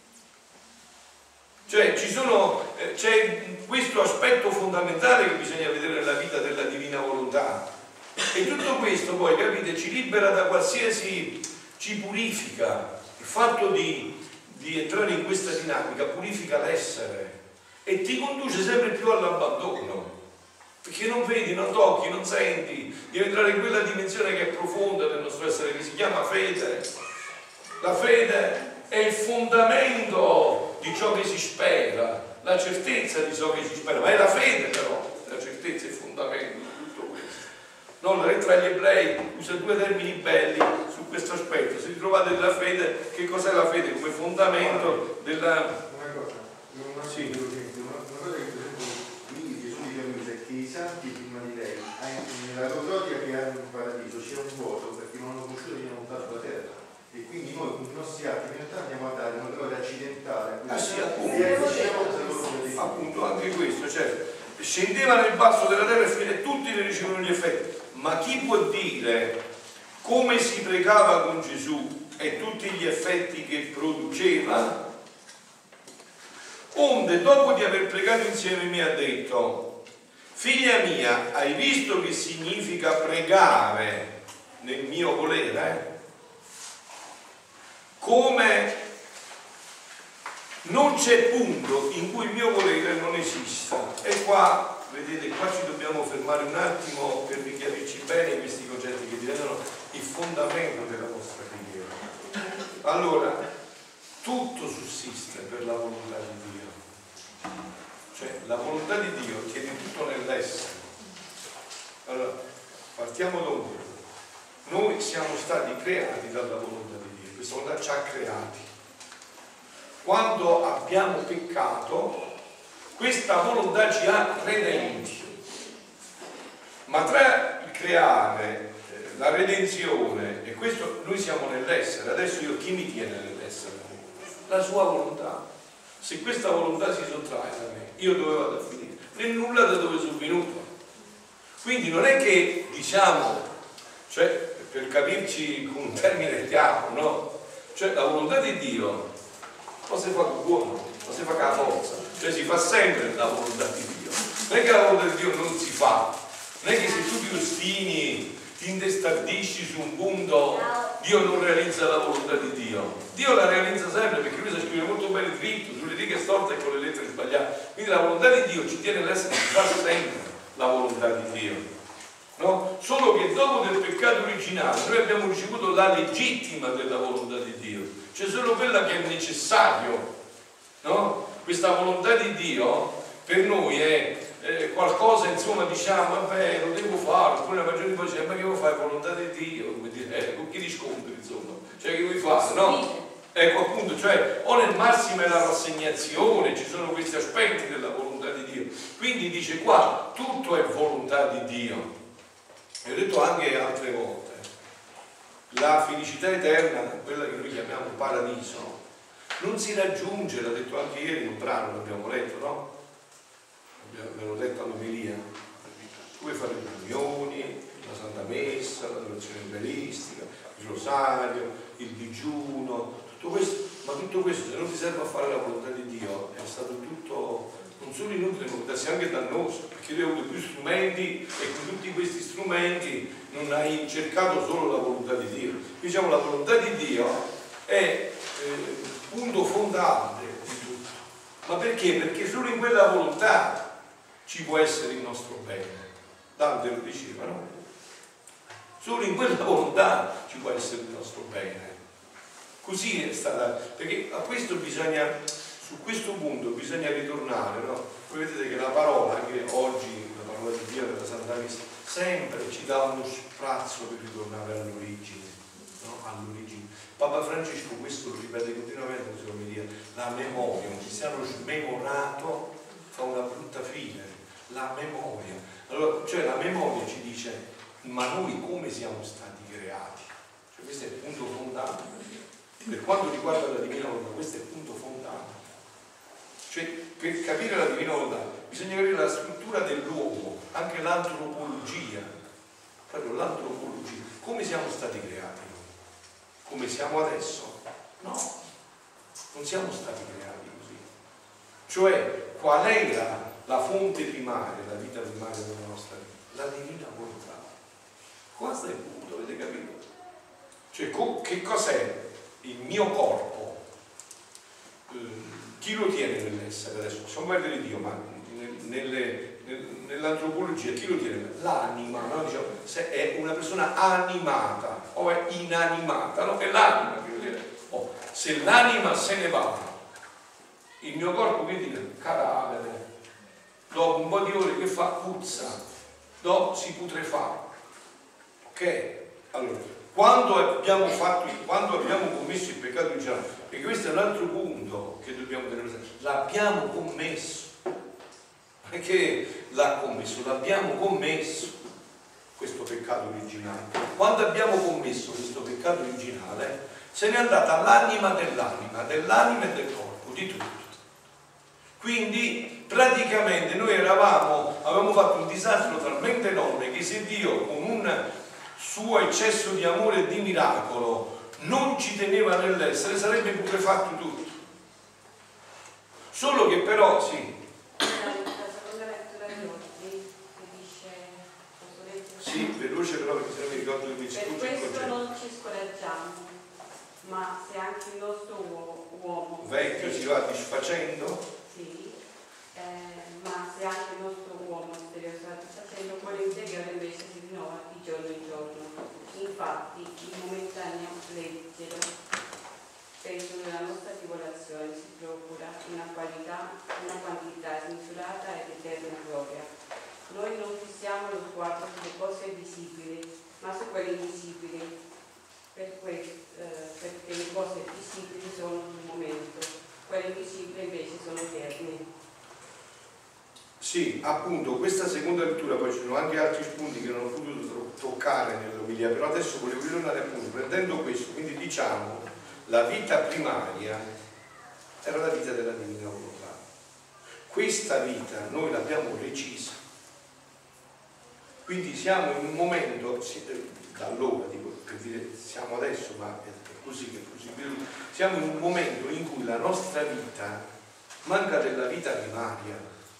S1: Cioè ci sono, eh, c'è questo aspetto fondamentale che bisogna vedere nella vita della divina volontà, e tutto questo poi, capite, ci libera da qualsiasi, ci purifica. Il fatto di, di entrare in questa dinamica purifica l'essere e ti conduce sempre più all'abbandono, perché non vedi, non tocchi, non senti, devi entrare in quella dimensione che è profonda del nostro essere, che si chiama fede. La fede è il fondamento di ciò che si spera, la certezza di ciò che si spera, ma è la fede però, la certezza è il fondamento di tutto questo. No, la lettera agli ebrei usa due termini belli su questo aspetto. Se trovate della fede, che cos'è la fede? Come fondamento della...
S2: Una cosa, una,
S1: sì.
S2: una, una cosa che per esempio qui Gesù dice che i santi prima di lei, nella loro gloria che hanno in paradiso, c'è un vuoto perché non hanno conosciuto e hanno montato la terra. E quindi noi con i nostri atti in realtà andiamo a dare una gloria accidentale.
S1: Ah sì, appunto,
S2: e
S1: appunto anche questo, certo. Scendeva nel basso della terra e tutti ne ricevono gli effetti. Ma chi può dire come si pregava con Gesù e tutti gli effetti che produceva? Onde, dopo di aver pregato insieme, mi ha detto: figlia mia, hai visto che significa pregare nel mio volere? Come non c'è punto in cui il mio volere non esista. E qua, vedete, qua ci dobbiamo fermare un attimo per richiarirci bene questi concetti che diventano il fondamento della nostra preghiera. Allora, tutto sussiste per la volontà di Dio. Cioè, la volontà di Dio tiene tutto nell'essere. Allora, partiamo da un punto. Noi siamo stati creati dalla volontà di Dio, questa volontà ci ha creati. Quando abbiamo peccato, questa volontà ci ha redenti. Ma tra il creare, la redenzione e questo, noi siamo nell'essere. Adesso io chi mi tiene nell'essere? La sua volontà. Se questa volontà si sottrae da me, io dove vado a finire? Nel nulla da dove sono venuto. Quindi non è che diciamo, cioè per capirci con un termine chiaro, no? Cioè la volontà di Dio non si fa con buono, non si fa con la forza, cioè si fa sempre la volontà di Dio. Non è che la volontà di Dio non si fa, non è che se tu ti ostini, ti intestardisci su un punto, Dio non realizza la volontà di Dio. Dio la realizza sempre, perché lui sa scrivere molto bene il dritto, sulle righe storte e con le lettere sbagliate. Quindi la volontà di Dio ci tiene all'essere, si fa sempre la volontà di Dio. No? Solo che dopo del peccato originale noi abbiamo ricevuto la legittima della volontà di Dio, cioè solo quella che è necessario, no? Questa volontà di Dio per noi è eh, qualcosa, insomma, diciamo, vabbè, lo devo fare, oppure la maggiore di dice, ma che vuoi fare? Volontà di Dio, come dire, eh, con chi riscontri, insomma, cioè che vuoi fare, no? Ecco appunto, cioè o nel massimo è la rassegnazione, ci sono questi aspetti della volontà di Dio. Quindi dice qua, tutto è volontà di Dio. E ho detto anche altre volte, la felicità eterna, quella che noi chiamiamo paradiso, non si raggiunge, l'ha detto anche ieri in un brano, l'abbiamo letto, no? Abbiamo letto all'omelia. Tu puoi fare le riunioni, la Santa Messa, l'adorazione eucaristica, il rosario, il digiuno, tutto questo, ma tutto questo se non ti serve a fare la volontà di Dio è stato tutto non solo inutile, ma può anche dannoso, perché tu hai avuto più strumenti e con tutti questi strumenti non hai cercato solo la volontà di Dio. Diciamo la volontà di Dio è il eh, punto fondante di tutto. Ma perché? Perché solo in quella volontà ci può essere il nostro bene. Dante lo diceva, no? Solo in quella volontà ci può essere il nostro bene. Così è stata, perché a questo bisogna, su questo punto bisogna ritornare, no? Voi vedete che la parola, anche oggi, la parola di Dio della Santa Messa, sempre ci dà uno sprazzo per ritornare all'origine, no? All'origine. Papa Francesco questo lo ripete continuamente, possiamo dire, la memoria, un cristiano smemorato fa una brutta fine, la memoria. Allora, cioè la memoria ci dice ma noi come siamo stati creati? Cioè, questo è il punto fondante. Per quanto riguarda la divina volontà, questo è il punto fondante. Cioè, per capire la divina volontà bisogna capire la struttura dell'uomo, anche l'antropologia, proprio l'antropologia. Come siamo stati creati noi? Come siamo adesso? No, non siamo stati creati così. Cioè, qual era la fonte primaria, la vita primaria della nostra vita? La divina volontà. Questo è il punto, avete capito? Cioè, co- che cos'è il mio corpo? Eh, chi lo tiene nell'essere adesso? Possiamo parlare di Dio, ma nelle, nel, nell'antropologia chi lo tiene? L'anima, no? Diciamo, se è una persona animata o è inanimata, no? È l'anima che lo tiene. Oh, se l'anima se ne va, il mio corpo quindi è cadavere, dopo un po' di ore che fa? Puzza, dopo si putrefà. Ok? Allora, quando abbiamo fatto, quando abbiamo commesso il peccato originale, e questo è un altro punto che dobbiamo tenere presente, l'abbiamo commesso. Perché l'ha commesso? L'abbiamo commesso questo peccato originale. Quando abbiamo commesso questo peccato originale, se n'è andata l'anima dell'anima, dell'anima e del corpo, di tutto. Quindi praticamente noi eravamo, avevamo fatto un disastro talmente enorme che se Dio con un suo eccesso di amore e di miracolo non ci teneva nell'essere, sarebbe putrefatto tutto. Solo che però, sì. Sì, veloce però perché se no mi ricordo che mi ci
S6: Per questo non ci scoraggiamo, ma se anche il nostro uomo, uomo
S1: vecchio si va disfacendo,
S6: sì, eh, ma se anche il nostro uomo esteriore si va disfacendo, quello interiore invece si rinnova di giorno in giorno. Infatti il momentaneo leggero peso della nostra tribolazione si procura una qualità, una quantità smisurata ed eterna gloria. Noi non fissiamo lo sguardo sulle cose visibili, ma su quelle invisibili, per questo, eh, perché le cose visibili sono sul momento, quelle invisibili invece sono eterne.
S1: sì, appunto, questa seconda lettura, poi ci sono anche altri spunti che non ho potuto toccare nell'omelia, però adesso volevo ritornare appunto, prendendo questo, quindi diciamo, la vita primaria era la vita della divina volontà. Questa vita noi l'abbiamo recisa. Quindi siamo in un momento, da allora, dico, per dire siamo adesso, ma è così che è possibile, siamo in un momento in cui la nostra vita manca della vita primaria.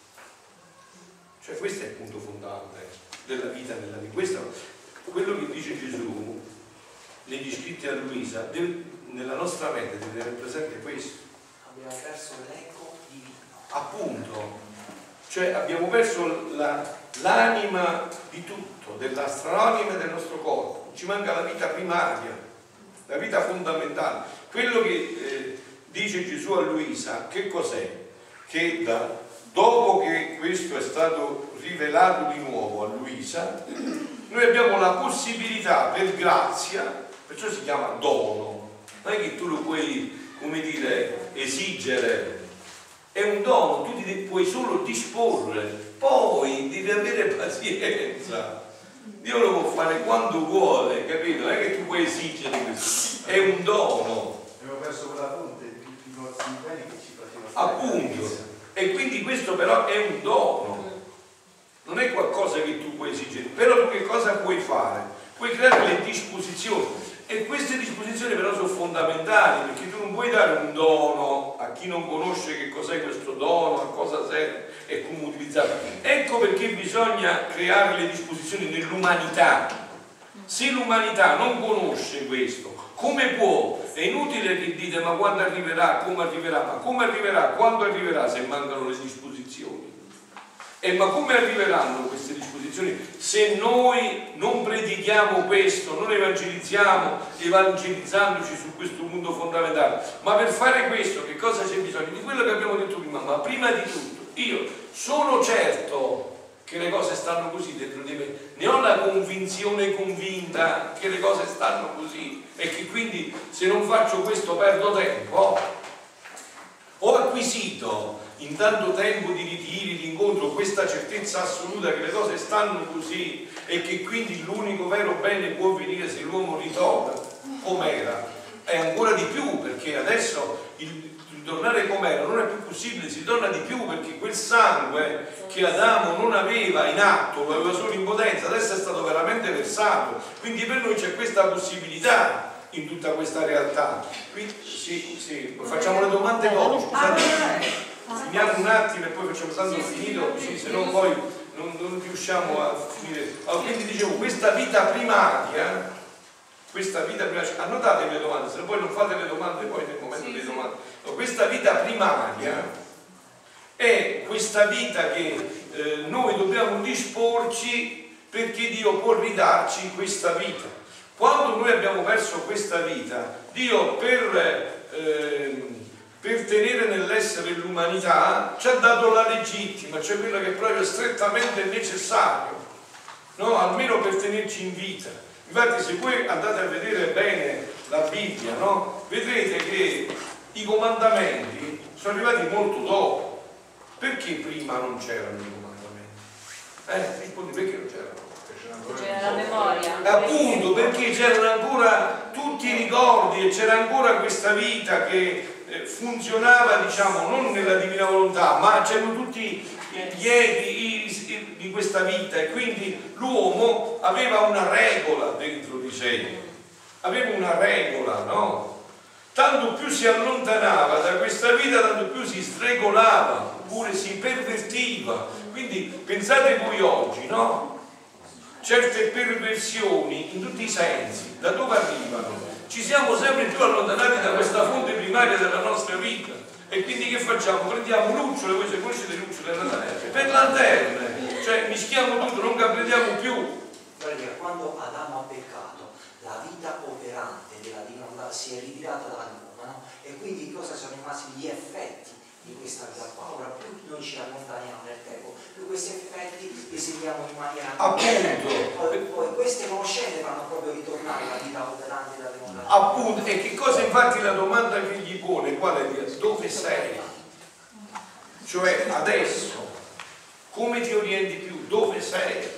S1: Cioè questo è il punto fondante della vita nella vita. Questo, quello che dice Gesù negli scritti a Luisa, deve, nella nostra mente deve tenere presente questo.
S3: Abbiamo perso l'eco divino.
S1: Appunto, cioè abbiamo perso la l'anima di tutto, dell'astronima e del nostro corpo, ci manca la vita primaria, la vita fondamentale. Quello che eh, dice Gesù a Luisa, che cos'è? Che da, dopo che questo è stato rivelato di nuovo a Luisa, noi abbiamo la possibilità per grazia, perciò si chiama dono, non è che tu lo puoi, come dire, esigere, è un dono, tu ti puoi solo disporre, poi devi avere pazienza. Dio lo può fare quando vuole, capito? Non è che tu puoi esigere questo, è un dono.
S2: Abbiamo perso quella fonte di tutti i nostri beni che ci faceva
S1: appunto, e quindi questo però è un dono, non è qualcosa che tu puoi esigere. Però tu che cosa puoi fare? Puoi creare le disposizioni, e queste disposizioni però sono fondamentali, perché tu non puoi dare un dono a chi non conosce che cos'è questo dono, a cosa serve e come utilizzarlo. Ecco perché bisogna creare le disposizioni nell'umanità. Se l'umanità non conosce questo, come può? È inutile che dite ma quando arriverà, come arriverà, ma come arriverà, quando arriverà se mancano le disposizioni? E ma come arriveranno queste disposizioni se noi non predichiamo questo, non evangelizziamo, evangelizzandoci su questo punto fondamentale? Ma per fare questo che cosa c'è bisogno? Di quello che abbiamo detto prima, ma prima di tutto io sono certo che le cose stanno così dentro di me, ne ho la convinzione convinta che le cose stanno così e che quindi se non faccio questo perdo tempo. Ho acquisito in tanto tempo di ritiri, di incontro, questa certezza assoluta che le cose stanno così e che quindi l'unico vero bene può venire se l'uomo ritorna com'era, è ancora di più, perché adesso il tornare com'era non è più possibile, si torna di più, perché quel sangue che Adamo non aveva in atto, lo aveva solo in potenza, adesso è stato veramente versato, quindi per noi c'è questa possibilità in tutta questa realtà. Quindi sì, sì, facciamo le domande dopo, scusate, finiamo un attimo e poi facciamo tanto finito, così se no poi non, non riusciamo a finire. Allora, quindi dicevo, questa vita primaria, questa vita primaria, annotate le domande, se poi non fate le domande poi nel momento delle domande. Questa vita primaria è questa vita che eh, noi dobbiamo disporci, perché Dio può ridarci questa vita. Quando noi abbiamo perso questa vita, Dio per, eh, per tenere nell'essere l'umanità ci ha dato la legittima, cioè quella che proprio è strettamente necessario, no? Almeno per tenerci in vita. Infatti se voi andate a vedere bene la Bibbia, no? Vedrete che i comandamenti sono arrivati molto dopo. Perché prima non c'erano i comandamenti? Eh, rispondi, perché non c'erano?
S4: C'era la memoria.
S1: Appunto, perché c'erano ancora tutti i ricordi e c'era ancora questa vita che eh, funzionava, diciamo, non nella divina volontà, ma c'erano tutti i piedi di questa vita, e quindi l'uomo aveva una regola dentro di sé, aveva una regola, no? Tanto più si allontanava da questa vita, tanto più si sregolava, oppure si pervertiva. Quindi pensate voi oggi, no? Certe perversioni in tutti i sensi, da dove arrivano? Ci siamo sempre più allontanati da questa fonte primaria della nostra vita, e quindi che facciamo? Prendiamo lucciole, voi se conoscete le lucciole per lanterne, cioè mischiamo tutto, non capitiamo più.
S3: Quando Adamo ha peccato, la vita operante della divinità si è ritirata dall'uomo, no? E quindi cosa sono rimasti gli effetti di questa vita qua? Ora più noi ci allontaniamo nel tempo, più questi effetti li seguiamo in maniera
S1: appunto
S3: poi, poi queste conoscenze fanno proprio ritornare la vita operante della divinità.
S1: Appunto, e che cosa infatti la domanda che gli pone, qual è? Dove sei? Cioè adesso come ti orienti più? Dove sei?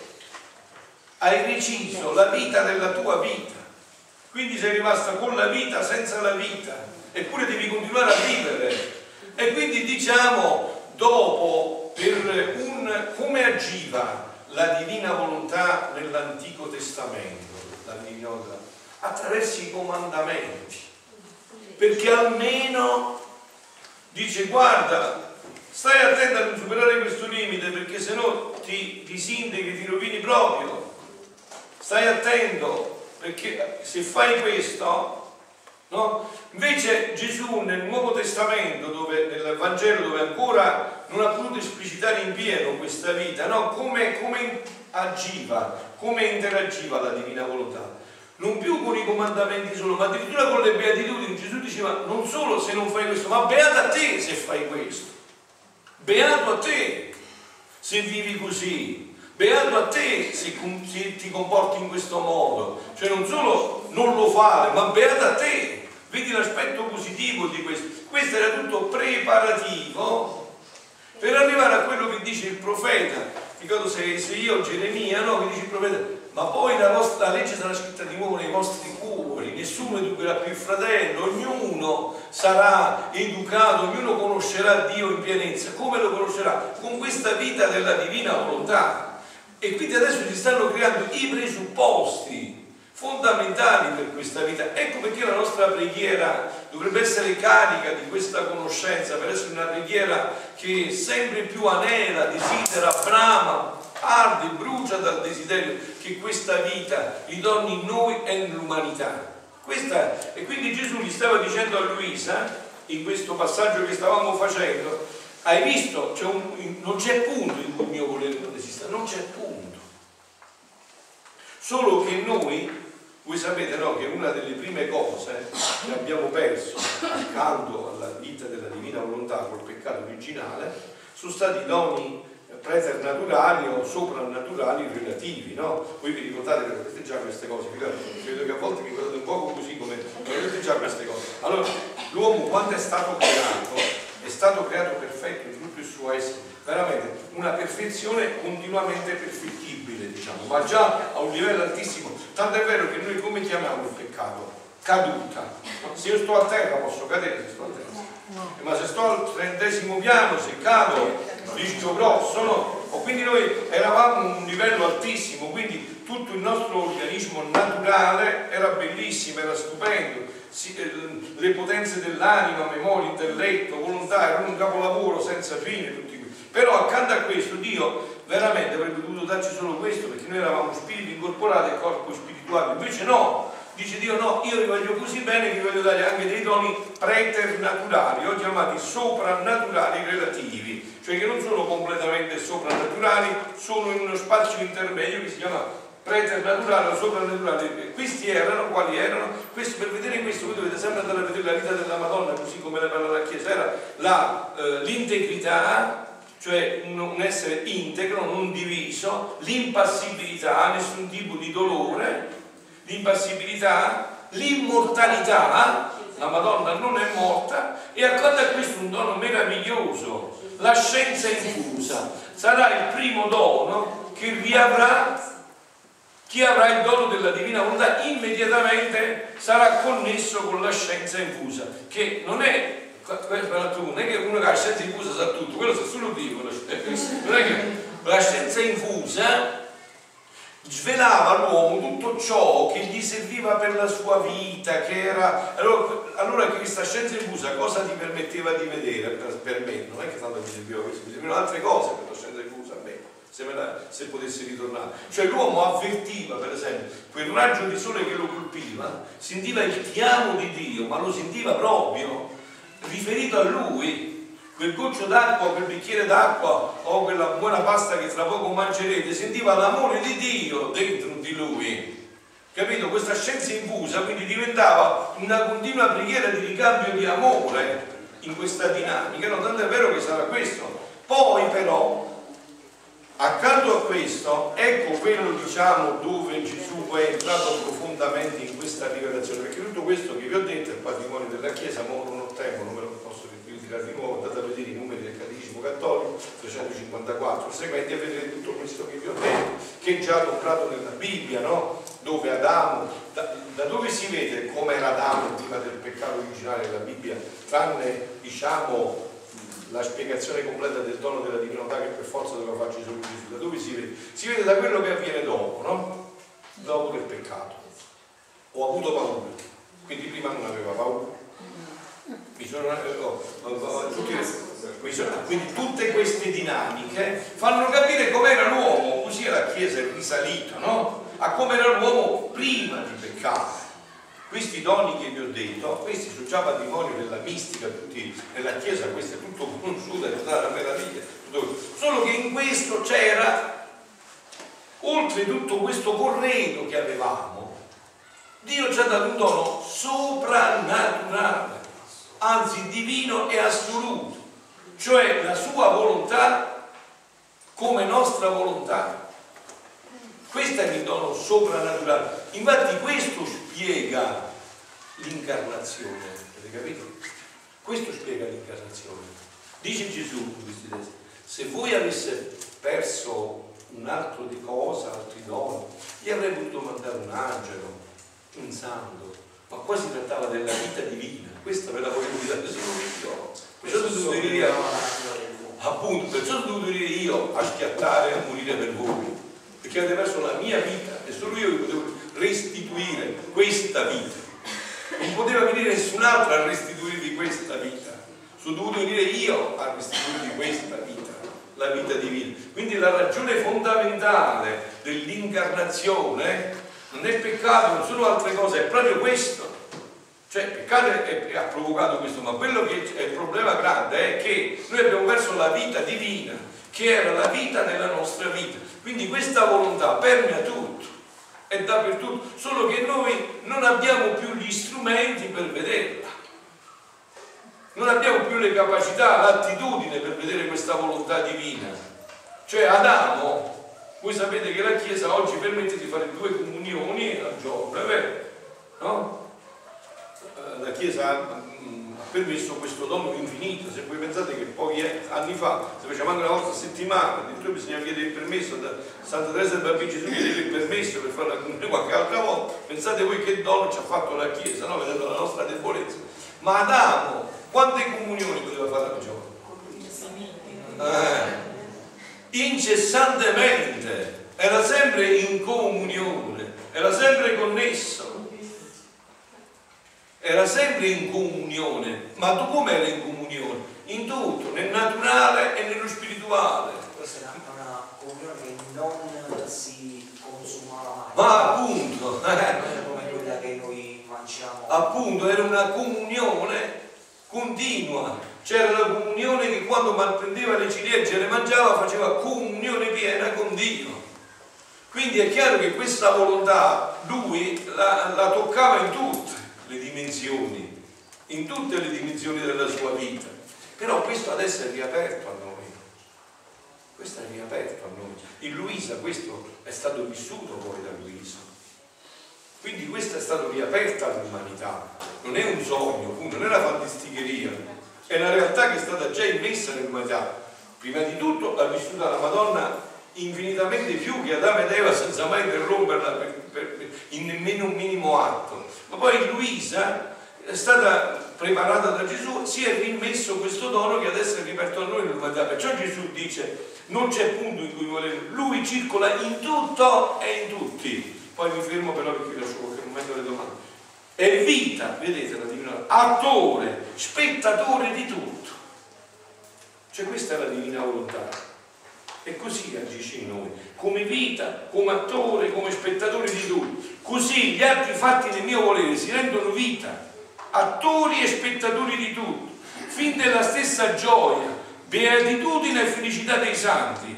S1: Hai deciso la vita della tua vita, quindi sei rimasta con la vita senza la vita, eppure devi continuare a vivere. E quindi diciamo, dopo, per un, come agiva la divina volontà nell'Antico Testamento, la divina volontà? Attraverso i comandamenti, perché almeno dice: guarda, stai attento a non superare questo limite, perché sennò ti disintegri, ti rovini proprio. Stai attento, perché se fai questo, no? Invece Gesù nel Nuovo Testamento, dove, nel Vangelo, dove ancora non ha potuto esplicitare in pieno questa vita, no? Come, come agiva, come interagiva la divina volontà, non più con i comandamenti solo, ma addirittura con le beatitudini. Gesù diceva: non solo se non fai questo, ma beato a te se fai questo, beato a te se vivi così, beato a te se, se ti comporti in questo modo. Cioè non solo non lo fare, ma beato a te. Vedi l'aspetto positivo di questo. Questo era tutto preparativo per arrivare a quello che dice il profeta. Ricordo se, se io Geremia, no? Che dice il profeta: ma poi la, vostra, la legge sarà scritta di nuovo nei vostri cuori, nessuno educherà più il fratello, ognuno sarà educato, ognuno conoscerà Dio in pienezza. Come lo conoscerà? Con questa vita della divina volontà. E quindi adesso si stanno creando i presupposti fondamentali per questa vita. Ecco perché la nostra preghiera dovrebbe essere carica di questa conoscenza, per essere una preghiera che sempre più anela, desidera, brama, arde, brucia dal desiderio che questa vita ritorni in noi e nell'umanità. Questa, e quindi Gesù gli stava dicendo a Luisa, in questo passaggio che stavamo facendo: hai visto, c'è un, non c'è punto in cui il mio volere non esista, non c'è punto. Solo che noi, voi sapete, no, che una delle prime cose che abbiamo perso accanto alla vita della divina volontà col peccato originale sono stati doni preternaturali o soprannaturali relativi, no? Voi vi ricordate che avete già queste cose, credo che a volte vi ricordate un po' così, come già queste cose. Allora, l'uomo quando è stato creato, è stato creato perfetto in tutto può essere veramente una perfezione continuamente perfettibile, diciamo, ma già a un livello altissimo. Tanto è vero che noi come chiamiamo il peccato? Caduta. Se io sto a terra posso cadere, se sto a terra. Eh, ma se sto al trentesimo piano, se cado, rischio grosso, no? O quindi noi eravamo a un livello altissimo, quindi tutto il nostro organismo naturale era bellissimo, era stupendo. Si, eh, le potenze dell'anima, memoria, intelletto, volontà erano un capolavoro senza fine tutti. Però accanto a questo Dio veramente avrebbe dovuto darci solo questo, perché noi eravamo spiriti incorporati e corpo spirituale, invece no, dice Dio no, io vi voglio così bene che vi voglio dare anche dei doni preternaturali, o chiamati soprannaturali relativi, cioè che non sono completamente soprannaturali, sono in uno spazio intermedio che si chiama preternaturale o soprannaturale. Questi erano, quali erano? Questo, per vedere questo voi dovete sempre andare a vedere la vita della Madonna, così come ne parla la Chiesa, era la, eh, l'integrità, cioè un, un essere integro, non diviso, l'impassibilità, nessun tipo di dolore, l'impassibilità, l'immortalità, la Madonna non è morta, e accanto a questo un dono meraviglioso, la scienza infusa. Sarà il primo dono che riavrà chi avrà il dono della divina volontà, immediatamente sarà connesso con la scienza infusa, che non è non è che uno che ha la scienza infusa sa tutto, quello sa solo Dio. Non è che la scienza infusa svelava all'uomo tutto ciò che gli serviva per la sua vita, che era allora, allora questa scienza infusa cosa ti permetteva di vedere? Per, per me non è che tanto mi serviva questo, mi servivano altre cose per la scienza infusa a me, se, me la, se potessi ritornare. Cioè l'uomo avvertiva, per esempio, quel raggio di sole che lo colpiva, sentiva il chiamo di Dio, ma lo sentiva proprio riferito a lui. Quel goccio d'acqua, quel bicchiere d'acqua o quella buona pasta che tra poco mangerete, sentiva l'amore di Dio dentro di lui, capito? Questa scienza infusa quindi diventava una continua preghiera di ricambio di amore in questa dinamica, no? Tanto è vero che sarà questo. Poi però accanto a questo, ecco quello, diciamo, dove Gesù è entrato profondamente in questa rivelazione, perché tutto questo che vi ho detto è il patrimonio della Chiesa, ma non ho tempo, non me lo posso ritirare di nuovo, andate a vedere i numeri del Catechismo Cattolico, trecentocinquantaquattro seguenti, a vedere tutto questo che vi ho detto, che è già adoperato nella Bibbia, no? Dove Adamo, da, da dove si vede come era Adamo prima del peccato originale della Bibbia, tranne, diciamo, la spiegazione completa del dono della divinità che per forza doveva farci solo Gesù. Da dove si vede? Si vede da quello che avviene dopo, no? Dopo del peccato. Ho avuto paura, quindi prima non aveva paura. Mi sono, oh, oh, oh, tutti, mi sono, quindi tutte queste dinamiche fanno capire com'era l'uomo, così la Chiesa è risalita, no? A com'era l'uomo prima di peccare. Questi doni che vi ho detto, questi sono già patrimonio della mistica, tutti nella Chiesa, questo è tutto conosciuto, è una meraviglia. Solo che in questo c'era, oltre tutto questo corredo che avevamo, Dio ci ha dato un dono soprannaturale, anzi divino e assoluto, cioè la sua volontà come nostra volontà. Questo è il dono soprannaturale. Infatti questo spiega l'incarnazione, avete capito? Questo spiega l'incarnazione. Dice Gesù, se voi avesse perso un altro di cosa, altri doni, gli avrei potuto mandare un angelo, un santo, ma qua si trattava della vita divina. Questa ve la volevo dire solo io. Perciò ho dovuto dire io, appunto, perciò ho dovuto dire io a schiattare e a morire per voi, perché avete perso la mia vita e solo io vi potevo restituire questa vita. Non poteva venire nessun altro a restituirvi questa vita, sono dovuto venire io a restituirvi questa vita, la vita divina. Quindi la ragione fondamentale dell'incarnazione non è peccato, non sono altre cose, è proprio questo. Cioè il peccato è, è, ha provocato questo, ma quello che è il problema grande è che noi abbiamo perso la vita divina, che era la vita nella nostra vita. Quindi questa volontà permea tutto, è dappertutto, solo che noi non abbiamo più gli strumenti per vederla, non abbiamo più le capacità, l'attitudine per vedere questa volontà divina. Cioè Adamo, voi sapete che la Chiesa oggi permette di fare due comunioni al giorno, è vero? No? La Chiesa ha permesso questo dono infinito. Se voi pensate che pochi anni fa si faceva anche una volta a settimana, addirittura bisogna chiedere il permesso da Santa Teresa del Bambino Gesù, chiedere il permesso per fare la comunione qualche altra volta. Pensate voi che dono ci ha fatto la Chiesa, no? Vedendo la nostra debolezza. Ma Adamo quante comunioni poteva fare al giorno? Eh, incessantemente, era sempre in comunione, era sempre connesso, era sempre in comunione. Ma tu come eri in comunione? In tutto, nel naturale e nello spirituale.
S3: Questa è una comunione che non si consumava mai.
S1: Ma appunto,
S3: eh, come quella che noi mangiamo.
S1: Appunto, era una comunione continua. C'era la comunione che quando prendeva le ciliegie e le mangiava faceva comunione piena con Dio. Quindi è chiaro che questa volontà lui la, la toccava in tutte le dimensioni, in tutte le dimensioni della sua vita. Però questo adesso è riaperto a noi. Questo è riaperto a noi. In Luisa questo è stato vissuto poi da Luisa. Quindi questo è stato riaperto all'umanità. Non è un sogno, non è una fantasticheria. È una realtà che è stata già immessa nell'umanità. Prima di tutto ha vissuto la Madonna infinitamente più che Adamo ed Eva senza mai interromperla per, per, per, in nemmeno un minimo atto. Ma poi Luisa è stata preparata da Gesù, si è rimesso questo dono che adesso è riaperto a noi nell'umanità. Perciò Gesù dice non c'è punto in cui volere, lui circola in tutto e in tutti. Poi mi fermo però perché lascio qualche momento le domande. È vita, vedete la divina, attore, spettatore di tutto. Cioè questa è la divina volontà. E così agisce in noi, come vita, come attore, come spettatore di tutto. Così gli atti fatti nel mio volere si rendono vita, attori e spettatori di tutto, fin della stessa gioia, beatitudine e felicità dei santi.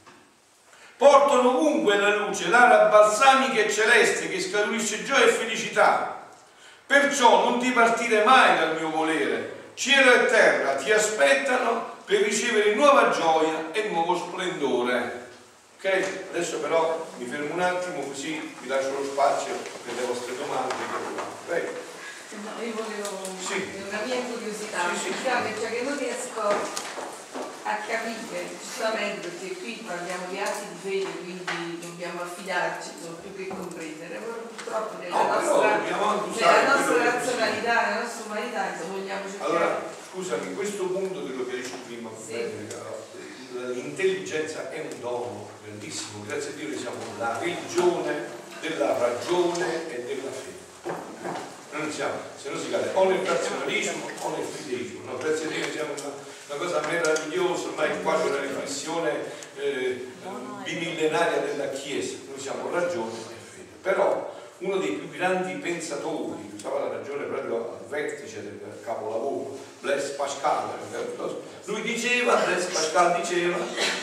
S1: Portano ovunque la luce, l'aria balsamica e celeste che scaturisce gioia e felicità. Perciò non ti partire mai dal mio volere, cielo e terra ti aspettano per ricevere nuova gioia e nuovo splendore. Ok? Adesso però mi fermo un attimo così vi lascio lo spazio per le vostre domande. Prego.
S5: No, io volevo
S1: sì.
S5: una mia curiosità,
S1: sì, sì.
S5: cioè che non riesco a capire, giustamente perché qui parliamo di atti di fede, quindi dobbiamo affidarci, non più che comprendere, però purtroppo nella
S1: no,
S5: nostra, nella nostra
S1: che
S5: razionalità, nella nostra umanità, insomma, vogliamo cercare.
S1: Allora, scusami, questo punto te lo chiarisco prima,
S5: sì.
S1: L'intelligenza è un dono grandissimo, grazie a Dio noi siamo la religione della ragione e della fede. Noi non siamo, se no si cade o nel razionalismo o nel fideismo, no? Grazie a Dio siamo una, una cosa meravigliosa, ormai qua c'è una riflessione eh, bimillenaria della Chiesa, noi siamo ragione e fede. Però uno dei più grandi pensatori, usava la ragione proprio al vertice del capolavoro, Blaise Pascal, lui diceva, Blaise Pascal diceva,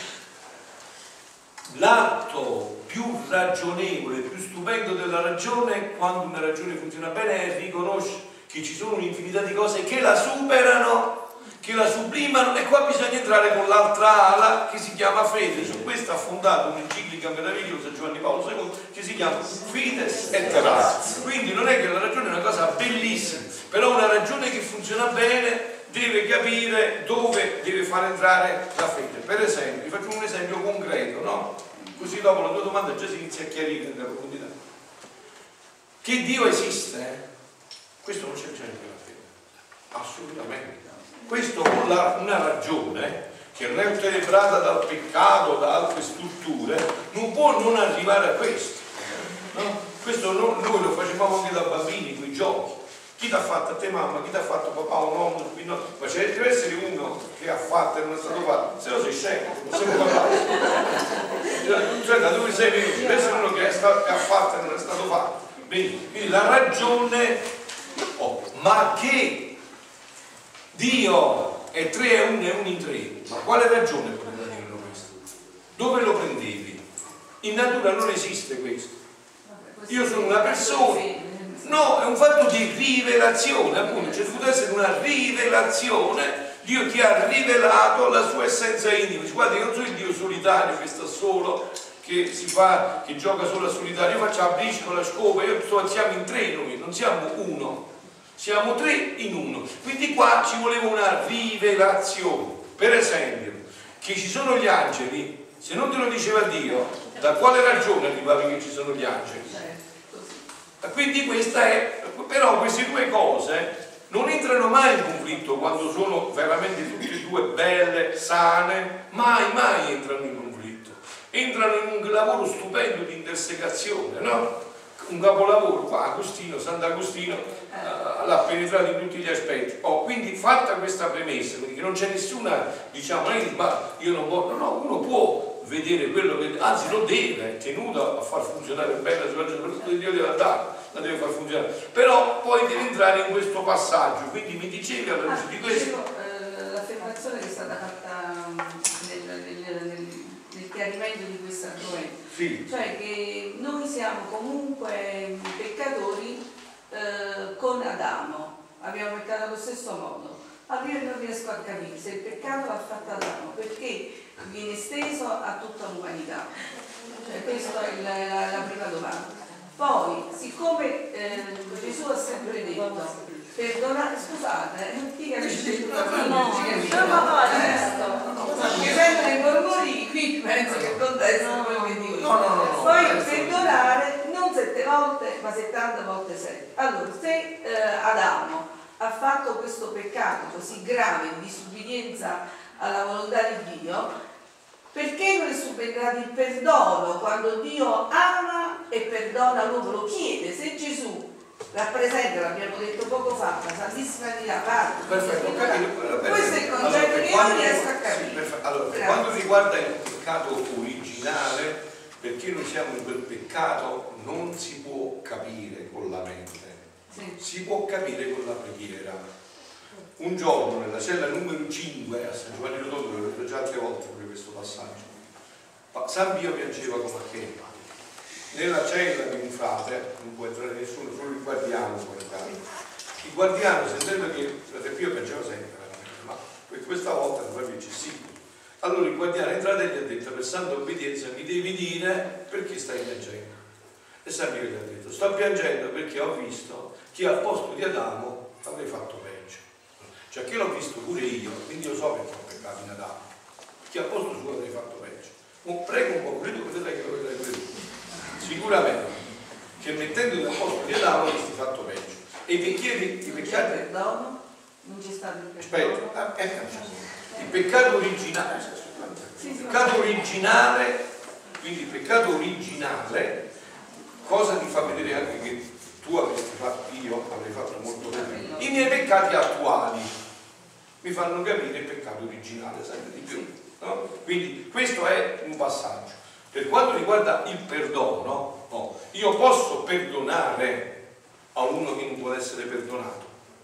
S1: l'atto più ragionevole, più stupendo della ragione, quando una ragione funziona bene, è riconoscere che ci sono un'infinità di cose che la superano, che la sublimano, e qua bisogna entrare con l'altra ala che si chiama fede. Su questo ha fondato un'enciclica meravigliosa Giovanni Paolo secondo che si chiama Fides et Ratio. Quindi non è che la ragione è una cosa bellissima, però una ragione che funziona bene deve capire dove deve far entrare la fede. Per esempio, vi faccio un esempio concreto, no? Così dopo la tua domanda già si inizia a chiarire nella profondità. Che Dio esiste, questo non c'è bisogno della fede, assolutamente. Questo con la, una ragione che non è ottenebrata dal peccato, da altre strutture, non può non arrivare a questo, no? Questo no, noi lo facevamo anche da bambini, con i giochi. Chi ti ha fatto a te mamma, chi ti ha fatto papà, un uomo, no? Ma c'è deve essere uno che ha fatto e non è stato fatto, se no sei scemo, non sei papà. Cioè da dove sei venuto? Deve essere uno che, è stato, che ha fatto e non è stato fatto. Bene, quindi la ragione, oh, ma che Dio è tre e uno e uno in tre, ma quale ragione poteva dirlo questo? Dove lo prendevi? In natura non esiste questo. Io sono una persona. No, è un fatto di rivelazione, appunto, c'è dovuto essere una rivelazione, Dio ti ha rivelato la sua essenza intima. Dice, guarda, io non sono il Dio solitario che sta solo, che si fa, che gioca solo a solitario, io faccio la briscola, la scopa, io sto, siamo in tre noi, non siamo uno, siamo tre in uno. Quindi qua ci voleva una rivelazione. Per esempio, che ci sono gli angeli, se non te lo diceva Dio, da quale ragione arrivavi che ci sono gli angeli? Quindi questa è, però queste due cose non entrano mai in conflitto quando sono veramente tutte e due belle, sane, mai, mai entrano in conflitto. Entrano in un lavoro stupendo di intersecazione, no? Un capolavoro, qua Agostino, Sant'Agostino uh, l'ha penetrato in tutti gli aspetti. Oh, quindi fatta questa premessa, quindi che non c'è nessuna, diciamo, eh, ma io non voglio, no, uno può vedere quello che, anzi lo deve, è tenuto a far funzionare bene la sua ragione, soprattutto Dio deve andare, la deve far funzionare, però poi deve entrare in questo passaggio, quindi mi dicevi alla luce di questo.
S5: Eh, l'affermazione che è stata fatta nel, nel, nel, nel chiarimento di questo argomento.
S1: Sì.
S5: Cioè che noi siamo comunque peccatori eh, con Adamo, abbiamo peccato allo stesso modo. Allora io non riesco a capire se il peccato l'ha fatto Adamo, perché viene esteso a tutta l'umanità. Cioè, questa è la, la, la prima domanda. Poi, siccome eh, Gesù ha sempre detto, perdonate, scusate, non ti capisci? No, no, perché mentre i mormoni qui penso che contestano quello che dico.
S1: No, no, no, no.
S5: Poi perdonare non sette volte, ma settanta volte sette. Allora, se eh, Adamo ha fatto questo peccato così grave di disobbedienza alla volontà di Dio, perché non è subentrato il perdono quando Dio ama e perdona l'uomo? Lo chiede. Se Gesù rappresenta, l'abbiamo detto poco fa, la Santissima Trinità, parte,
S1: perfetto, perfetto.
S5: Questo è il concetto allora, che io non riesco a capire.
S1: Perfetto. Allora, per quanto riguarda il peccato originale, perché noi siamo in quel peccato, non si può capire con la mente, sì. Si può capire con la preghiera. Un giorno nella cella numero cinque a San Giovanni Rotondo, l'ho detto già altre volte pure questo passaggio, San Pio piangeva come a che nella cella di un frate non può entrare nessuno, solo il guardiano può entrare. Il guardiano, sentendo che frate Pio piangeva sempre, ma questa volta non proprio eccessivo. Allora il guardiano è entrato e gli ha detto: per santa obbedienza mi devi dire perché stai piangendo. E San Pio gli ha detto: sto piangendo perché ho visto che al posto di Adamo avrei fatto peggio. Cioè che l'ho visto pure io, quindi io so perché ho peccato in Adamo, che al posto suo avrei fatto peggio. Oh, prego un po', credo che vedrai che lo vedrai pure tu. Sicuramente, che mettendo al posto di Adamo avresti fatto peggio. E i pecchieri, i peccati...
S5: perdono? Non c'è stato il perdono?
S1: Aspetta, eh, il peccato originale, il peccato originale, quindi il peccato originale, cosa ti fa vedere anche che tu avresti fatto, io avrei fatto molto bene. I miei peccati attuali mi fanno capire il peccato originale sempre di più, no? Quindi questo è un passaggio. Per quanto riguarda il perdono, no, io posso perdonare a uno che non può essere perdonato.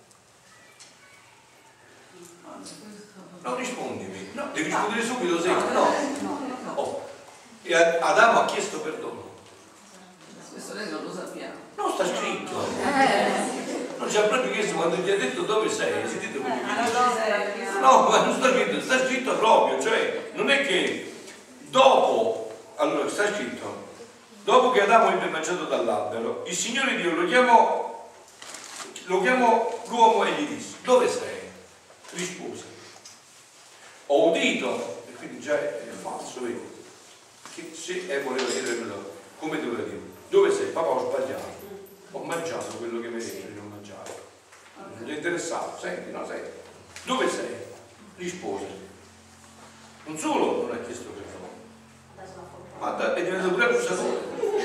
S1: No, rispondimi, no, devi rispondere subito se no. no. Oh. E Adamo ha chiesto perdono.
S5: Questo lei non lo sappiamo.
S1: No, sta scritto. Eh. Non ci ha proprio chiesto quando gli ha detto dove sei, sentite quello che dice. No, ma non sta scritto, sta scritto proprio, cioè non è che dopo, allora sta scritto, dopo che Adamo ebbe mangiato dall'albero, il Signore Dio lo chiamò, lo chiamò l'uomo e gli disse: dove sei? Rispose: ho udito, e quindi già è falso, vedi? Che se eh, voleva dire quello, come doveva dire? Dove sei? Papà, ho sbagliato. Ho mangiato quello che mi hai detto di non mangiare. Non ti è interessato, senti, no, senti. Dove sei? Rispose. Non solo non ha chiesto perdono, ma è diventato pure accusatore.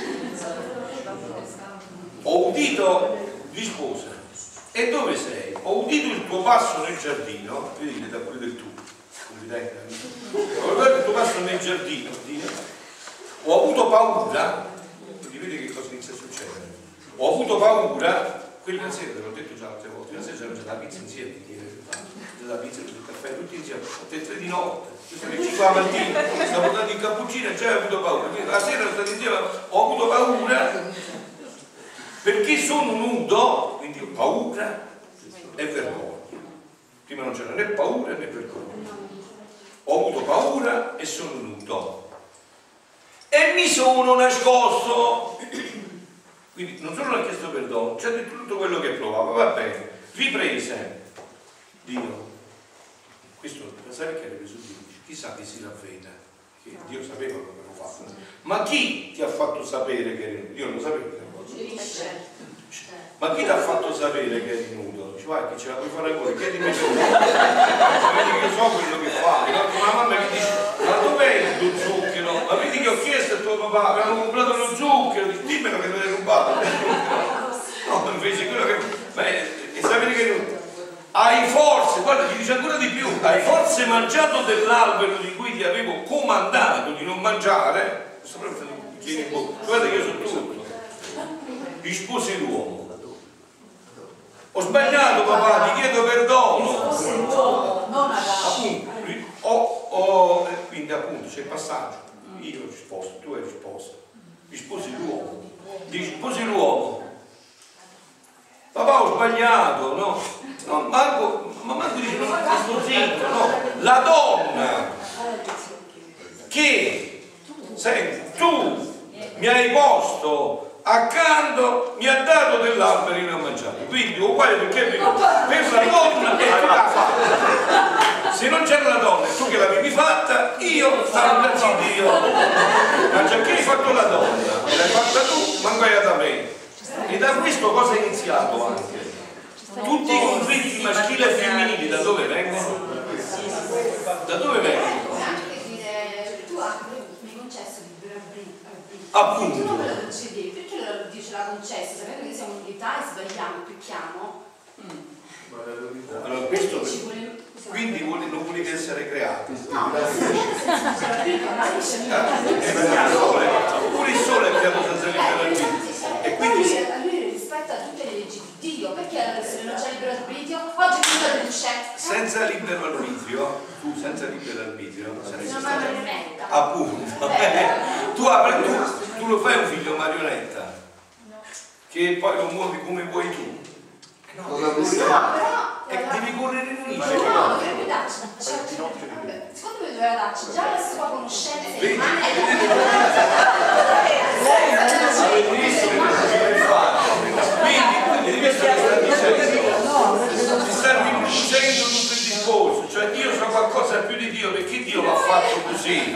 S1: Ho udito, rispose. E dove sei? Ho udito il tuo passo nel giardino, vedi che da pure del tu, ho udito il tuo passo nel giardino, ho avuto paura. Vedi che cosa inizia a succedere? Ho avuto paura, quella sera, te l'ho detto già altre volte, la sera c'era la pizza insieme, la pizza, il caffè, tutti insieme, alle tre di notte, alle cinque la mattina, stavo andando in cappuccino e già ho avuto paura. Quindi la sera stavo insieme, ho avuto paura perché sono nudo, quindi ho paura e vergogna. Prima non c'era né paura né vergogna. Ho avuto paura e sono nudo. E mi sono nascosto. Quindi non solo ha chiesto perdono, ci ha detto tutto quello che provava, va bene, riprese, Dio, questo sai perché era Gesù Dio? Chissà chi si ravveda, che Dio sapeva come lo fatto. Ma chi ti ha fatto sapere che eri nudo? Io non lo sapevo. Ma chi ti ha fatto sapere che eri nudo? Dice, vai, che ce la puoi fare ancora? Chiedimi per me. Vedi che io so quello che fai. La mamma mi dice, ma dov'è il tuo zucchero? Ma vedi che ho chiesto a tuo papà, mi hanno comprato lo zucchero, dimmelo che me l'hai rubato. No, invece quello che... Beh, e sapete che... Hai forse, guarda, ti dice ancora di più, hai forse mangiato dell'albero di cui ti avevo comandato di non mangiare? Guarda che io sono tutto. Rispose l'uomo. Ho sbagliato papà, ti chiedo perdono. Appunto, ho, ho, quindi appunto c'è il passaggio. Io ho risposto, tu hai risposto. Rispose l'uomo. Rispose l'uomo. Papà, ho sbagliato, no? No, Marco, ma Marco dice, no, sto zitto, no? La donna che, senti, tu mi hai posto accanto, mi ha dato dell'albero e io ne ho mangiato. Quindi uguale perché è venuto per la donna e tu l'hai fatta. Se non c'era la donna e tu che l'avevi fatta, io stavo grazie a Dio. Ma già che hai fatto la donna, e l'hai fatta tu, manca da me. E da questo cosa è iniziato anche? Tutti i conflitti maschili e femminili da dove vengono? Da dove vengono?
S7: Anche dire, tu mi hai concesso libero arbitrio.
S1: Appunto.
S7: Tu non me lo concedevi, perché lo dice l'ha concesso? Sapendo che siamo in unità e sbagliamo, picchiamo.
S1: Allora questo quindi vuole, non volete essere creati.
S7: No,
S1: pure il sole è creato senza libero arbitrio. E quindi
S7: lui rispetta tutte le leggi di Dio, perché se non c'è libero arbitrio, oggi chi lo dice?
S1: senza libero arbitrio, tu senza libero arbitrio,
S7: Una marionetta.
S1: appunto, tu, apri, tu, tu lo fai un figlio marionetta, che poi lo muovi come vuoi tu. No,
S7: però
S1: e devi correre in
S7: no,
S1: rischio.
S7: dovrebbe darci, cioè, vabbè, secondo me doveva darci già la sua conoscenza in
S1: Vedi,
S7: mano.
S1: Quindi, quindi questo mi sta dicendo, ti sta riducendo tutto il discorso, cioè io so qualcosa più di Dio, perché Dio l'ha fatto così.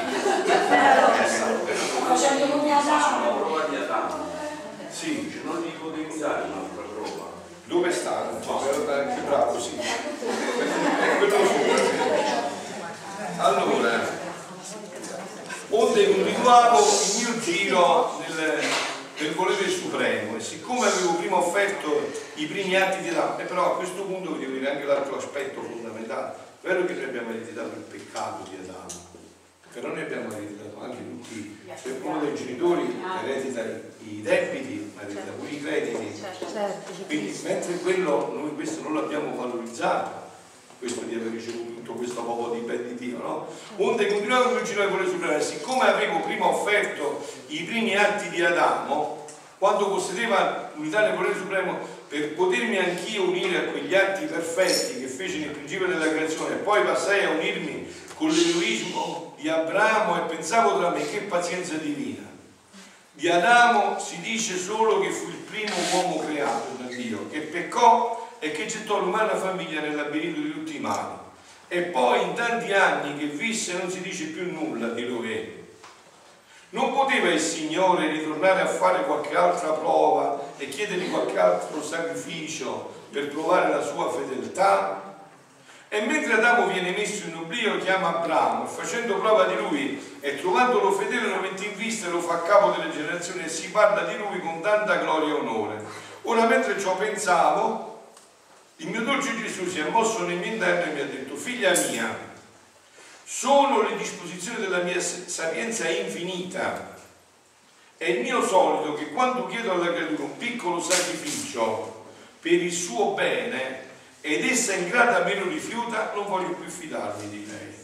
S7: Facendo come Adamo.
S8: Provati a tanto.
S1: Sì.
S8: Non gli potevi dare un'altra prova.
S1: Dove sta? Che bravo, sì. È quello sopra. Allora, onde continuavo il mio giro nel, nel volere supremo, e siccome avevo prima offerto i primi atti di Adamo, e però a questo punto vi devo dire anche l'altro aspetto fondamentale. È vero che noi abbiamo ereditato il peccato di Adamo, però noi abbiamo ereditato anche tutti, se uno dei genitori eredita i debiti, ma eredita pure i crediti. Quindi mentre quello noi questo non l'abbiamo valorizzato, questo di aver ricevuto tutto questo popolo di ben di Dio, no? Onde continuavo a virginare con le supreme, siccome avevo prima offerto i primi atti di Adamo, quando possedeva l'unità nel volere supremo, per potermi anch'io unire a quegli atti perfetti che fece nel principio della creazione, e poi passai a unirmi con l'eroismo di Abramo, e pensavo tra me, che pazienza divina. Di Adamo si dice solo che fu il primo uomo creato da Dio, che peccò e che gettò l'umana famiglia nel labirinto di tutti i mali. E poi in tanti anni che visse non si dice più nulla di lui. Non poteva il Signore ritornare a fare qualche altra prova e chiedergli qualche altro sacrificio per provare la sua fedeltà? E mentre Adamo viene messo in oblio, chiama Abramo, e facendo prova di lui e trovandolo fedele lo mette in vista e lo fa capo delle generazioni, e si parla di lui con tanta gloria e onore. Ora, mentre ciò pensavo, il mio dolce Gesù si è mosso nel mio interno e mi ha detto: figlia mia, sono le disposizioni della mia sapienza infinita. È il mio solito che quando chiedo alla creatura un piccolo sacrificio per il suo bene ed essa ingrata me lo rifiuta, non voglio più fidarmi di lei.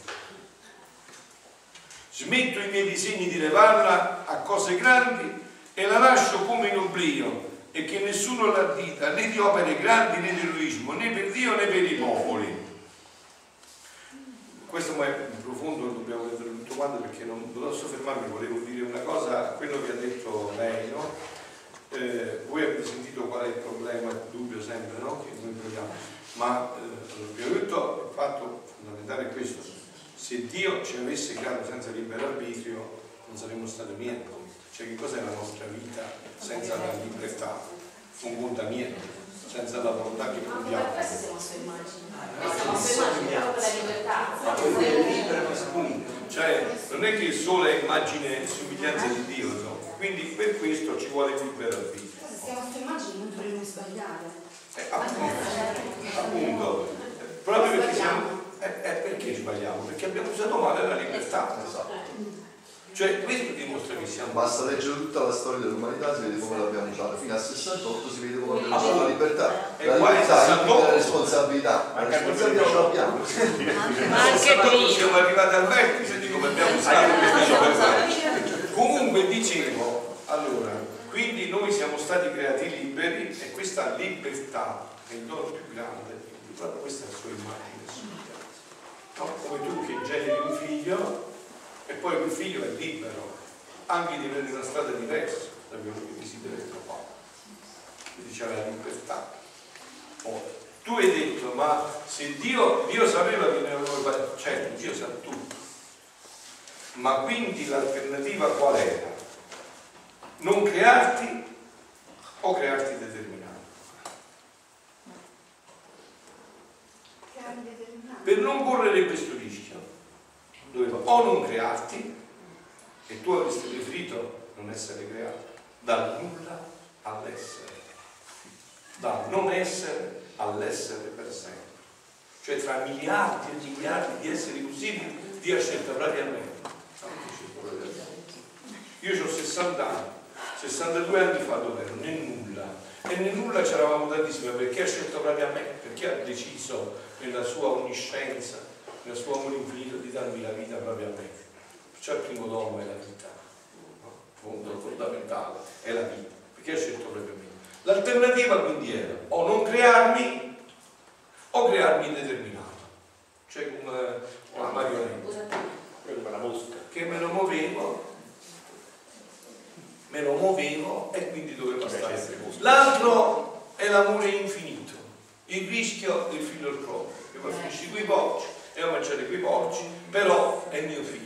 S1: Smetto i miei disegni di levarla a cose grandi e la lascio come in oblio, e che nessuno l'addita né di opere grandi né di eroismo, né per Dio né per i popoli. Questo è profondo, dobbiamo leggere tutto quanto perché non posso fermarmi, volevo dire una cosa a quello che ha detto lei, no? Eh, voi avete sentito qual è il problema, il dubbio sempre, no? Che noi proviamo, ma eh, abbiamo detto questo. Se Dio ci avesse creato senza libero arbitrio non saremmo stati niente. Cioè che cos'è la nostra vita senza la libertà? Non conta niente, senza la volontà che proviamo.
S4: Ma per questo siamo su immagini. Siamo su immagini proprio la libertà.
S3: Ma poi è libero non si pulisce.
S1: Cioè, non è che il sole è immagine e somiglianza di Dio, no? Quindi per questo ci vuole il libero arbitrio.
S7: Se siamo su immagini non dovremmo sbagliare.
S1: Eh, appunto, appunto, proprio perché siamo, eh, eh, perché sbagliamo? Perché abbiamo usato male la libertà. Cioè, questo dimostra che siamo.
S9: Basta leggere tutta la storia dell'umanità, si vede come l'abbiamo usata. Fino al sessantotto si vede come abbiamo usato la libertà. La libertà implica la responsabilità. La responsabilità ce l'abbiamo.
S1: Ma anche prima siamo arrivati al vertice di come abbiamo usato questa libertà. Comunque dicevo, allora, quindi noi siamo stati creati liberi e questa libertà è il dono più grande, proprio questa è la sua immagine e somiglianza. No? Come tu che generi un figlio e poi quel figlio è libero anche di prendere una strada diversa da quello che desidera il tuo padre. Quindi c'è la libertà. Oh, tu hai detto, ma se Dio, Dio sapeva che ne avevo fatto, certo, Dio sa tutto, ma quindi l'alternativa qual era? Non crearti o crearti determinato? Per non correre questo rischio doveva o non crearti, e tu avresti preferito non essere creato, dal nulla all'essere, dal non essere all'essere per sempre. Cioè tra miliardi e miliardi di esseri possibili, Dio ha scelto proprio a me. Io ho sessanta anni, sessantadue anni fa dove ero? Nel nulla. E nel nulla c'eravamo tantissimi, perché ha scelto proprio a me, perché ha deciso nella sua onniscienza, nel suo amore infinito di darmi la vita proprio a me. Perciò il primo dono è la vita, no? Il punto fondamentale è la vita, perché ha scelto proprio me. L'alternativa quindi era o non crearmi o crearmi determinato, cioè come una marionetta,
S8: Quella mosca.
S1: che me lo muovevo, me lo muovevo e quindi doveva stare. L'altro è l'amore infinito, il rischio del figlio del proprio, che poi finisci quei porci e a mangiare quei porci, però è mio figlio.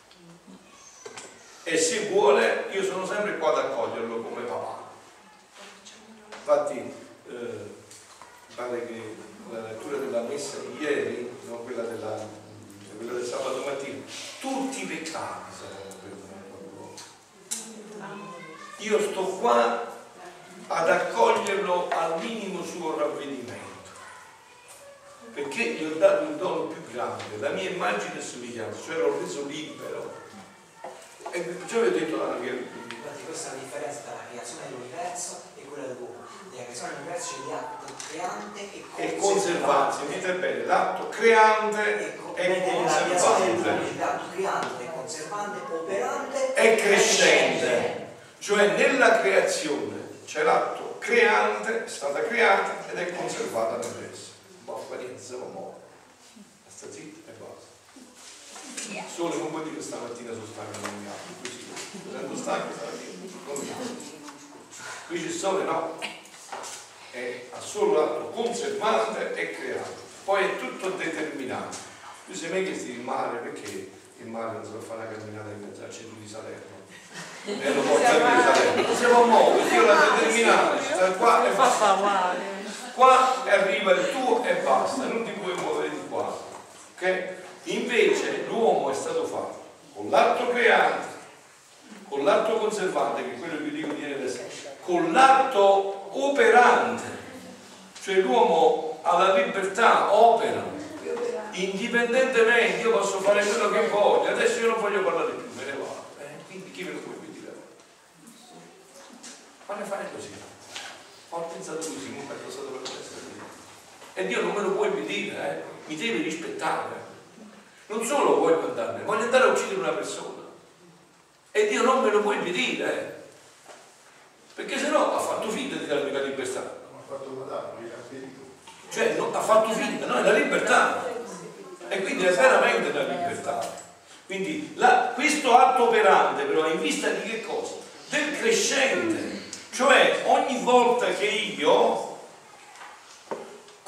S1: E se vuole, io sono sempre qua ad accoglierlo come papà. Infatti, eh, mi pare che la lettura della messa di ieri, no, quella, della, quella del sabato mattina, tutti i peccati saranno perdonati. Io sto qua ad accoglierlo al minimo suo ravvedimento, perché gli ho dato il dono più grande, la mia immagine e somiglianza, cioè l'ho reso libero. E perciò vi ho detto la mia.
S3: Infatti questa è la differenza tra la creazione dell'universo e quella dell'uomo. Nella creazione dell'universo c'è l'atto creante e
S1: conservante. Sentite bene, l'atto creante
S3: ecco,
S1: e
S3: conservante. L'atto creante e conservante, operante
S1: e crescente. Cioè nella creazione c'è l'atto creante, è stata creata ed è conservata nel resto. Un po' esperienza, un po'. Sta zitta e basta. Solo non puoi dire che stamattina sono stanco, non mi apro, così. Essendo stanco stamattina, non mi apro. Qui c'è il sole, no? È solo l'atto conservante e creato. Poi è tutto determinato. Tu sei me che stai in mare, perché il mare non si può fare una camminata in mezzo al centro di Salerno. E lo porta via di Salerno. Non si può muovere, io l'ho determinato, sta qua e basta. Qua arriva il tuo e basta, non ti puoi muovere di qua. Ok? Invece l'uomo è stato fatto con l'atto creante, con l'atto conservante, che è quello che io dico di adesso, con l'atto operante, cioè l'uomo ha la libertà, opera indipendentemente. Io posso fare quello che voglio, adesso io non voglio parlare più, me ne vado, eh? Quindi chi me lo può dire? Ma ne fare così? Ho pensato così, non è cosa dovrebbe essere così. E Dio non me lo può impedire, eh? Mi deve rispettare. Non solo voglio andarmene, voglio andare a uccidere una persona. E Dio non me lo può impedire, eh? Perché se no ha fatto finta di darmi la libertà.
S2: Non ha fatto guardare, non ha spedito.
S1: Cioè non, ha fatto finta, no, è la libertà. E quindi è veramente la libertà. Quindi la, questo atto operante però è in vista di che cosa? Del crescente. Cioè ogni volta che io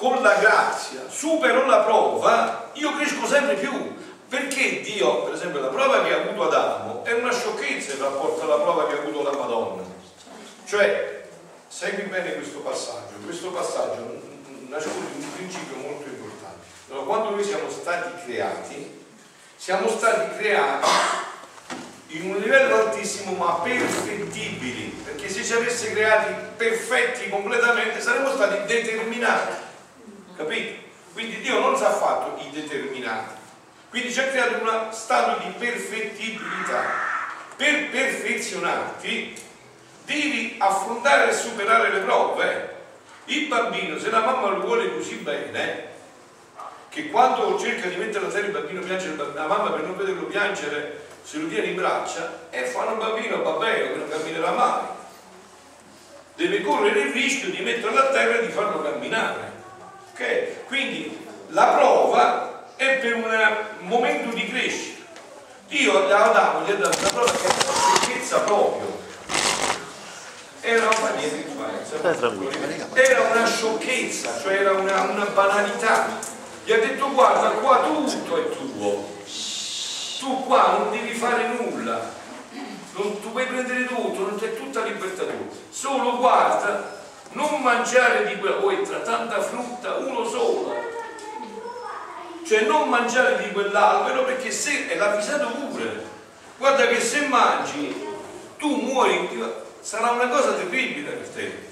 S1: con la grazia supero la prova, io cresco sempre più. Perché Dio, per esempio, la prova che ha avuto Adamo è una sciocchezza in rapporto alla prova che ha avuto la Madonna. Cioè, segui bene questo passaggio. Questo passaggio nasconde un principio molto importante. Allora, quando noi siamo stati creati, siamo stati creati in un livello altissimo ma perfettibili, perché se ci avesse creati perfetti completamente saremmo stati determinati, capito? Quindi Dio non ci ha fatto i determinati, quindi ci ha creato uno stato di perfettibilità. Per perfezionarti devi affrontare e superare le prove. Il bambino, se la mamma lo vuole così bene, che quando cerca di mettere a terra il bambino piange, la mamma per non vederlo piangere se lo tiene in braccia e fa un bambino babbeo che non camminerà mai, deve correre il rischio di metterlo a terra e di farlo camminare, ok? Quindi la prova è per un momento di crescita. Dio ad Adamo gli ha dato una prova che è una secchezza proprio, era una, niente, era una sciocchezza, cioè era una, una banalità. Gli ha detto guarda qua tutto è tuo, tu qua non devi fare nulla, non, tu puoi prendere tutto, non c'è tutta libertà tua, solo guarda, non mangiare di quella, oh, tra tanta frutta, uno solo, cioè non mangiare di quell'albero perché se, è l'avvisato pure, guarda che se mangi tu muori, sarà una cosa terribile per te.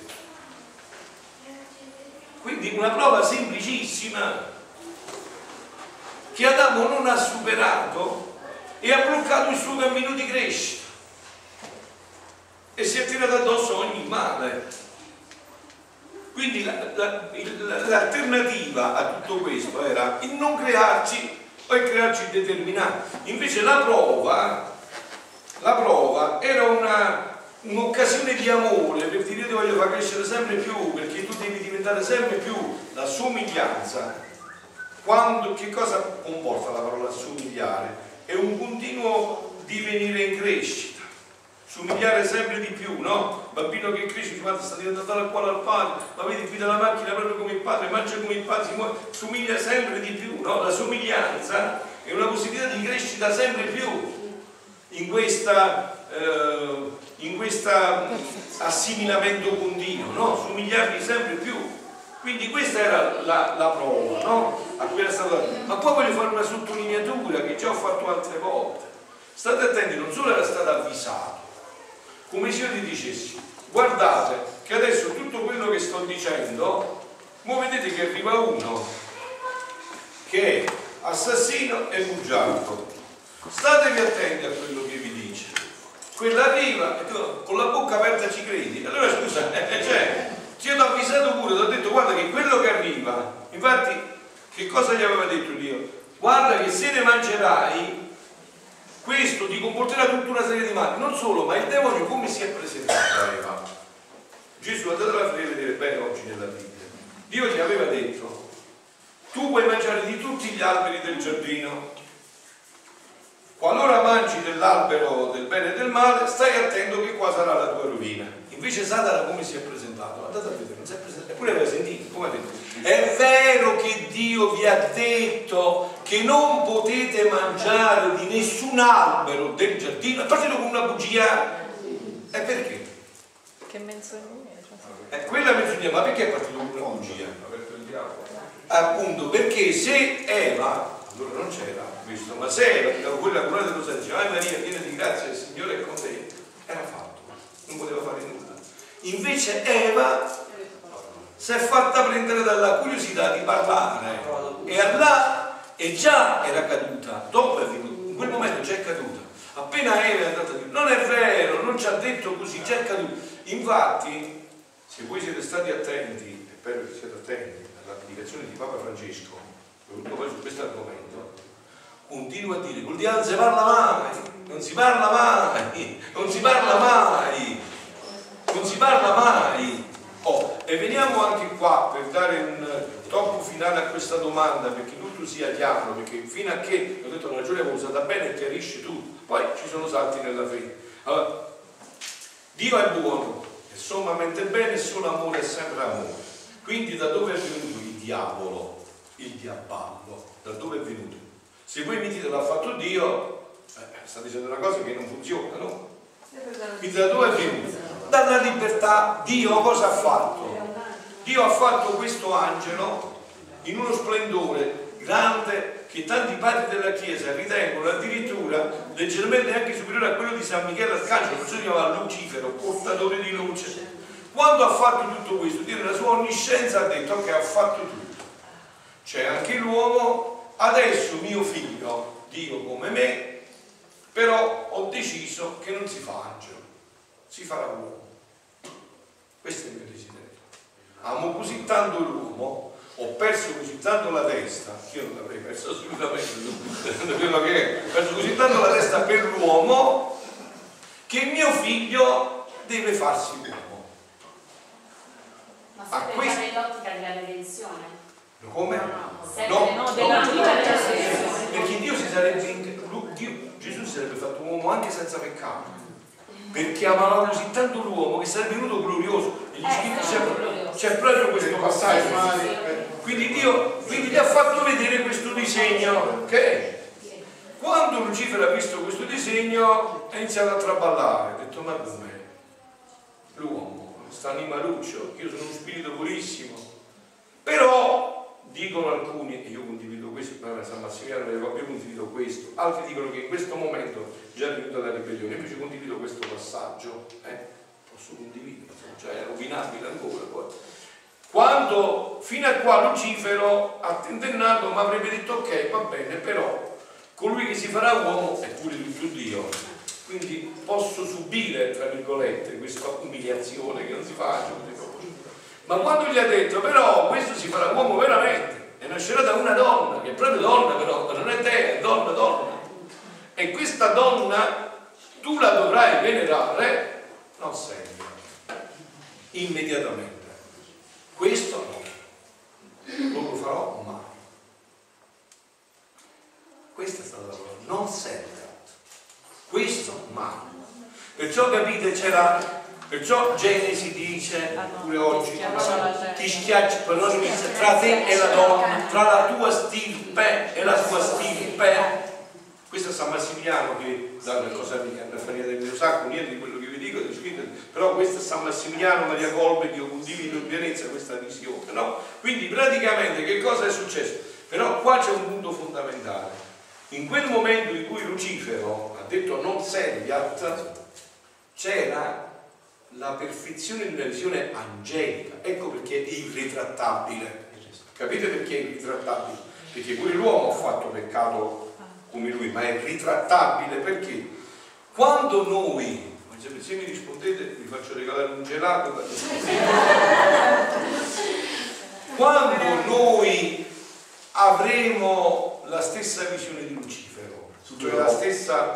S1: Quindi una prova semplicissima che Adamo non ha superato e ha bloccato il suo cammino di crescita e si è tirato addosso ogni male. Quindi l'alternativa la, la, a tutto questo era il non crearci o il crearci determinati. Invece la prova, la prova era una un'occasione di amore per dire ti voglio far crescere sempre più, perché tu devi diventare sempre più la somiglianza. Quando, che cosa comporta la parola somigliare? È un continuo divenire in crescita, somigliare sempre di più, no? Bambino che cresce, guarda, sta diventando dal cuore al padre, ma vedi, guida la macchina proprio come il padre, mangia come il padre, si muove, somiglia sempre di più, no? La somiglianza è una possibilità di crescita sempre più in questa eh, in questo assimilamento continuo, no? Somigliarvi sempre più. Quindi questa era la, la prova, no? A cui era stato... Ma poi voglio fare una sottolineatura che già ho fatto altre volte. State attenti, non solo era stato avvisato, come se io ti dicessi, guardate che adesso tutto quello che sto dicendo, mo vedete che arriva uno che è assassino e bugiardo. Statevi attenti a quello che vi dice. Quello arriva e tu con la bocca aperta ci credi. Allora scusa, cioè, io ti ho avvisato pure, ti ho detto guarda che quello che arriva, infatti che cosa gli aveva detto Dio? Guarda che se ne mangerai, questo ti comporterà tutta una serie di mali. Non solo, ma il demonio come si è presentato a Eva? Gesù, andatela a vedere bene oggi nella Bibbia. Dio gli aveva detto, tu puoi mangiare di tutti gli alberi del giardino, qualora mangi dell'albero del bene e del male, stai attento che qua sarà la tua rovina. Invece Satana come si è presentato? Andate a vedere, non si è presentato, eppure aveva sentito, come ha detto? È vero che Dio vi ha detto che non potete mangiare di nessun albero del giardino, è partito con una bugia. E perché?
S10: Che menzogna è?
S1: È quella menzogna, ma perché è partito con una bugia? Appunto, perché se Eva, allora non c'era questo, ma se Eva, quella curata dello Santo, diceva, ah Maria, piena di grazia, il Signore è con te, era fatto, non poteva fare nulla. Invece Eva si è fatta prendere dalla curiosità di parlare e là e già era caduta, dopo è venuto, in quel momento già è caduta. Appena Eva è andata a dire, non è vero, non ci ha detto così, già è caduta. Infatti, se voi siete stati attenti, e spero che siete attenti alla predicazione di Papa Francesco, soprattutto poi su questo argomento, continua a dire, col diavolo non si parla mai, non si parla mai, non si parla mai, non si parla mai. Oh, e veniamo anche qua per dare un tocco finale a questa domanda, perché tutto sia chiaro, perché fino a che, ho detto, la ragione va usata bene e chiarisce tutto, poi ci sono salti nella fede. Allora, Dio è buono, è sommamente bene e solo amore è sempre amore. Quindi da dove è venuto il diavolo, il diaballo, da dove è venuto? Se voi mi dite l'ha fatto Dio, eh, sta dicendo una cosa che non funziona, no? Quindi da dove è venuto? Dalla libertà. Dio cosa ha fatto? Dio ha fatto questo angelo in uno splendore grande che tanti padri della Chiesa ritengono addirittura leggermente anche superiore a quello di San Michele Arcangelo, perciò si chiama Lucifero, portatore di luce. Quando ha fatto tutto questo, Dio nella sua onniscienza ha detto che ha fatto tutto. C'è anche l'uomo, adesso mio figlio, Dio come me, però ho deciso che non si fa angelo, si farà uomo. Questo è il mio desiderio. Amo così tanto l'uomo, ho perso così tanto la testa, io non l'avrei perso assolutamente, quello che è, ho perso così tanto la testa per l'uomo che mio figlio deve farsi uomo.
S4: Ma sempre questo... nell'ottica della redenzione.
S1: Come?
S4: No, no,
S1: no,
S4: no,
S1: no,
S4: della
S1: no,
S4: redenzione.
S1: perché Dio si sarebbe, Dio, Gesù si sarebbe fatto uomo anche senza peccato, perché amava così tanto l'uomo che sarebbe venuto glorioso. E gli eh, c'è proprio questo passaggio.
S4: Sì, sì, sì.
S1: Quindi Dio quindi gli ha fatto vedere questo disegno, ok? Quando Lucifero ha visto questo disegno ha iniziato a traballare, ha detto: ma com'è? L'uomo, questo animaluccio, io sono uno spirito purissimo. Però dicono alcuni, e io condivido questo, per San Massimiliano io condivido questo, altri dicono che in questo momento già è venuta la ribellione, invece condivido questo passaggio, eh? Posso condividere, cioè è rovinabile ancora poi. Quando fino a qua Lucifero ha tentennato, ma avrebbe detto: ok, va bene, però colui che si farà uomo è pure tutto Dio, quindi posso subire, tra virgolette, questa umiliazione che non si faccia. Ma quando gli ha detto: però questo si farà uomo veramente e nascerà da una donna, che è proprio donna, però non è te, è donna, donna, e questa donna tu la dovrai venerare, non sei immediatamente. Questo no, non lo farò mai. Questa è stata la parola, non serve. Questo mai. Perciò capite, c'era, perciò Genesi dice pure oggi, ti schiacci per non inizia tra te e la donna, tra la tua stirpe e la sua stirpe. Questo è San Massimiliano che dà una cosa mica una farina del mio sacco, niente di quello che vi dico, però questo è San Massimiliano Maria Colbe, che io condivido in pienezza questa visione, no? Quindi praticamente che cosa è successo? Però qua c'è un punto fondamentale. In quel momento in cui Lucifero ha detto non serviat, c'era la perfezione di una visione angelica. Ecco perché è irritrattabile. Capite perché è irritrattabile? Perché pure l'uomo ha fatto peccato come lui, ma è ritrattabile perché quando noi, se mi rispondete vi faccio regalare un gelato, quando noi avremo la stessa visione di Lucifero, cioè la stessa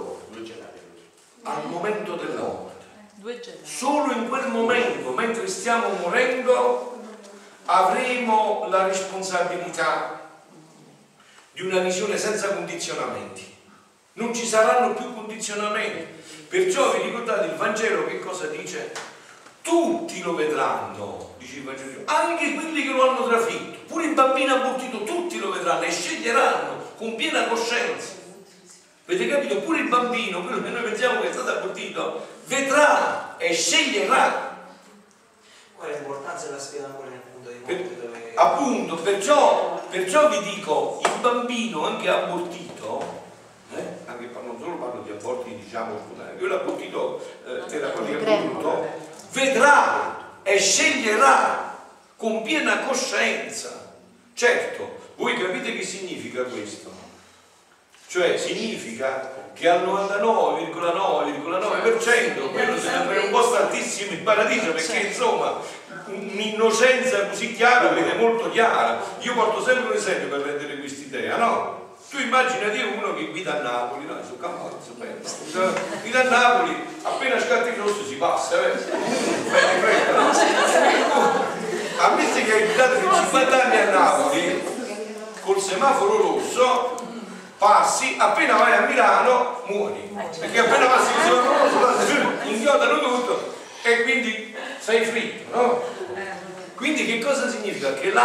S1: al momento della morte, solo in quel momento, mentre stiamo morendo, avremo la responsabilità di una visione senza condizionamenti. Non ci saranno più condizionamenti. Perciò vi ricordate il Vangelo che cosa dice? Tutti lo vedranno, dice il Vangelo, anche quelli che lo hanno trafitto, pure il bambino abortito, tutti lo vedranno e sceglieranno con piena coscienza. Avete capito? Pure il bambino, quello che noi pensiamo che è stato abortito, vedrà e sceglierà.
S3: Qual è l'importanza della sfida ancora nel punto di morte dove...
S1: Appunto, perciò, perciò vi dico, il bambino anche abortito, eh, anche non solo parlo di aborti, diciamo, scusate, quello abortito eh, terapeutica aborto, vedrà e sceglierà con piena coscienza. Certo, voi capite che significa questo? Cioè significa che al novantanove virgola nove virgola nove per cento quello sembra un posto altissimo in paradiso, perché insomma un'innocenza così chiara, vede molto chiara. Io porto sempre un esempio per rendere quest'idea, no? Tu immaginati uno che guida a Napoli, no? Su Campano, su Bella, guida a Napoli, appena scatti il rosso si passa, eh? Bene, fretta, no? Ammetti che hai guidato per cinquanta anni a Napoli col semaforo rosso, passi, appena vai a Milano muori, perché appena passi il semaforo rosso inchiodano tutto e quindi sei fritto, no? Quindi che cosa significa? Che la,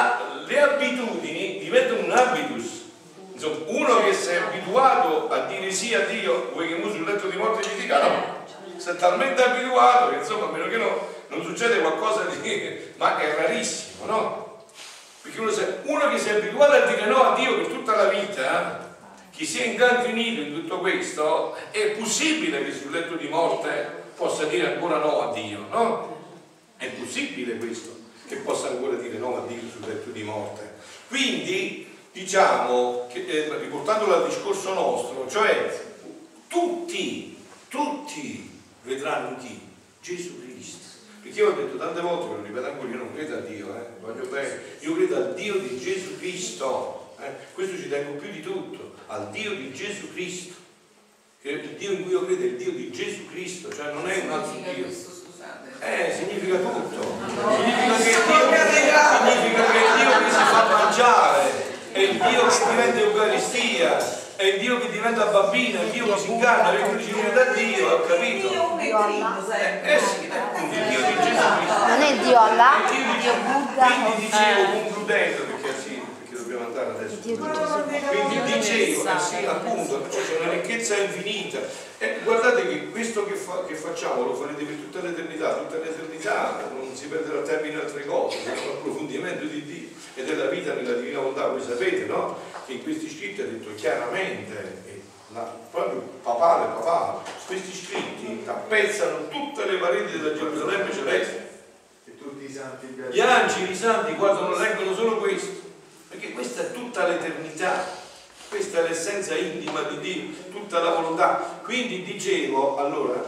S1: le abitudini diventano un habitus. Insomma, uno che si è abituato a dire sì a Dio, vuoi che mu sul letto di morte gli dica no? Si è talmente abituato che insomma, a meno che no, non succede qualcosa di... ma è rarissimo, no? Perché uno, se, uno che si è abituato a dire no a Dio per tutta la vita, eh, che si è incantrinito in tutto questo, è possibile che sul letto di morte possa dire ancora no a Dio, no? È possibile questo, che possa ancora dire no a Dio sul letto di morte. Quindi, diciamo, che, eh, riportandolo al discorso nostro, cioè tutti, tutti vedranno chi? Gesù Cristo. Perché io ho detto tante volte, ve lo ripeto ancora, io non credo a Dio, eh? Voglio bene, io credo al Dio di Gesù Cristo, eh? Questo ci tengo più di tutto, al Dio di Gesù Cristo. Che il Dio in cui io credo è il Dio di Gesù Cristo, cioè non è un altro Dio. Eh, significa tutto. Significa che è Dio, significa che è il Dio che si fa mangiare, è il Dio che diventa Eucaristia, è il Dio che diventa bambino, è il Dio che si incarna, perché lui ci crede a Dio, ho capito? Eh sì, è appunto il Dio di Gesù Cristo.
S11: Non è Dio Allah,
S1: è Dio Buddha. Quindi dicevo, concludendo, perché sì, perché dobbiamo andare adesso. Quindi dicevo, eh sì, appunto, cioè c'è una ricchezza infinita. E guardate che questo che, fa, che facciamo lo farete per tutta l'eternità, tutta l'eternità non si perderà tempo in altre cose, è un approfondimento di Dio e della vita nella divina volontà. Voi sapete, no? Che in questi scritti è detto chiaramente, e la, proprio papale, papale, questi scritti tappezzano tutte le pareti della Gerusalemme celeste.
S2: E tutti i santi,
S1: gli angeli, i santi guardano, leggono solo questo, perché questa è tutta l'eternità. Questa è l'essenza intima di Dio, tutta la volontà. Quindi dicevo, allora,